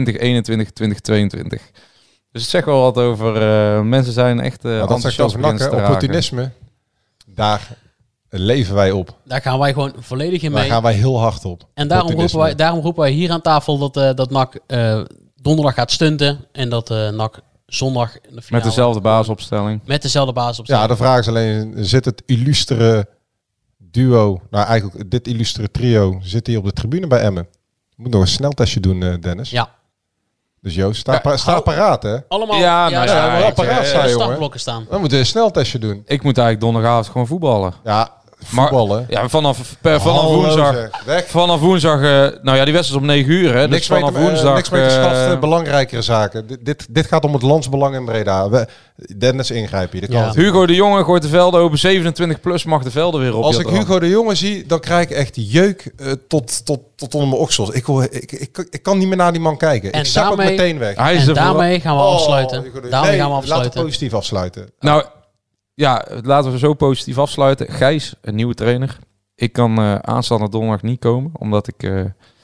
Speaker 1: Dus het zegt wel wat over mensen zijn echt enthousiast
Speaker 8: over NAC, opportunisme. Daar leven wij op.
Speaker 7: Daar gaan wij gewoon volledig in mee.
Speaker 8: Daar gaan wij heel hard op.
Speaker 7: En daarom roepen wij hier aan tafel dat NAC donderdag gaat stunten. En dat NAC zondag in de finale...
Speaker 1: Met dezelfde basisopstelling.
Speaker 8: Ja, de vraag is alleen, zit het illustere duo, nou eigenlijk dit illustere trio, zit hier op de tribune bij Emmen? Moet nog een sneltestje doen, Dennis.
Speaker 7: Ja.
Speaker 8: Dus Joost, sta paraat, hè?
Speaker 7: Allemaal
Speaker 8: paraat staan, jongen.
Speaker 7: startblokken staan.
Speaker 8: We moeten een sneltestje doen.
Speaker 1: Ik moet eigenlijk donderdagavond gewoon voetballen.
Speaker 8: Ja, voetballen.
Speaker 1: Maar, vanaf woensdag. Vanaf woensdag, die wedstrijd om 9 uur. Hè,
Speaker 8: niks
Speaker 1: dus vanaf woensdag.
Speaker 8: Niks mee te schaffen, belangrijkere zaken. Dit gaat om het landsbelang in Breda. Dennis ingrijpen hier.
Speaker 1: Hugo de Jonge gooit de velden open. 27 plus mag de velden weer op.
Speaker 8: Als ik Hugo de Jonge zie, dan krijg ik echt jeuk tot onder mijn oksels. Ik kan niet meer naar die man kijken. Ik zak ook meteen weg.
Speaker 7: Daarmee gaan we afsluiten.
Speaker 8: Laten we positief afsluiten.
Speaker 1: Nou... Ja, laten we zo positief afsluiten. Gijs, een nieuwe trainer. Ik kan aanstaande donderdag niet komen, omdat ik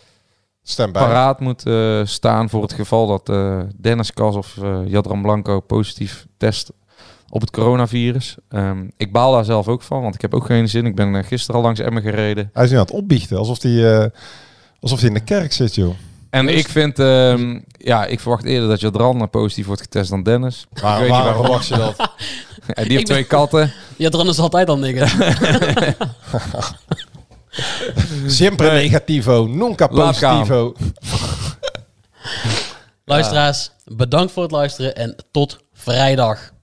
Speaker 1: paraat moet staan voor het geval dat Dennis Kas of Jadran Blanco positief test op het coronavirus. Ik baal daar zelf ook van, want ik heb ook geen zin. Ik ben gisteren al langs Emmen gereden.
Speaker 8: Hij is nu aan het opbiechten, alsof hij in de kerk zit, joh.
Speaker 1: En ik vind, ik verwacht eerder dat Jadran positief wordt getest dan Dennis.
Speaker 8: Waarom verwacht je dat?
Speaker 1: En die heeft 2 katten.
Speaker 7: Jadran is altijd al negatief.
Speaker 8: Sempre negativo, nunca positivo.
Speaker 7: Luisteraars, bedankt voor het luisteren en tot vrijdag.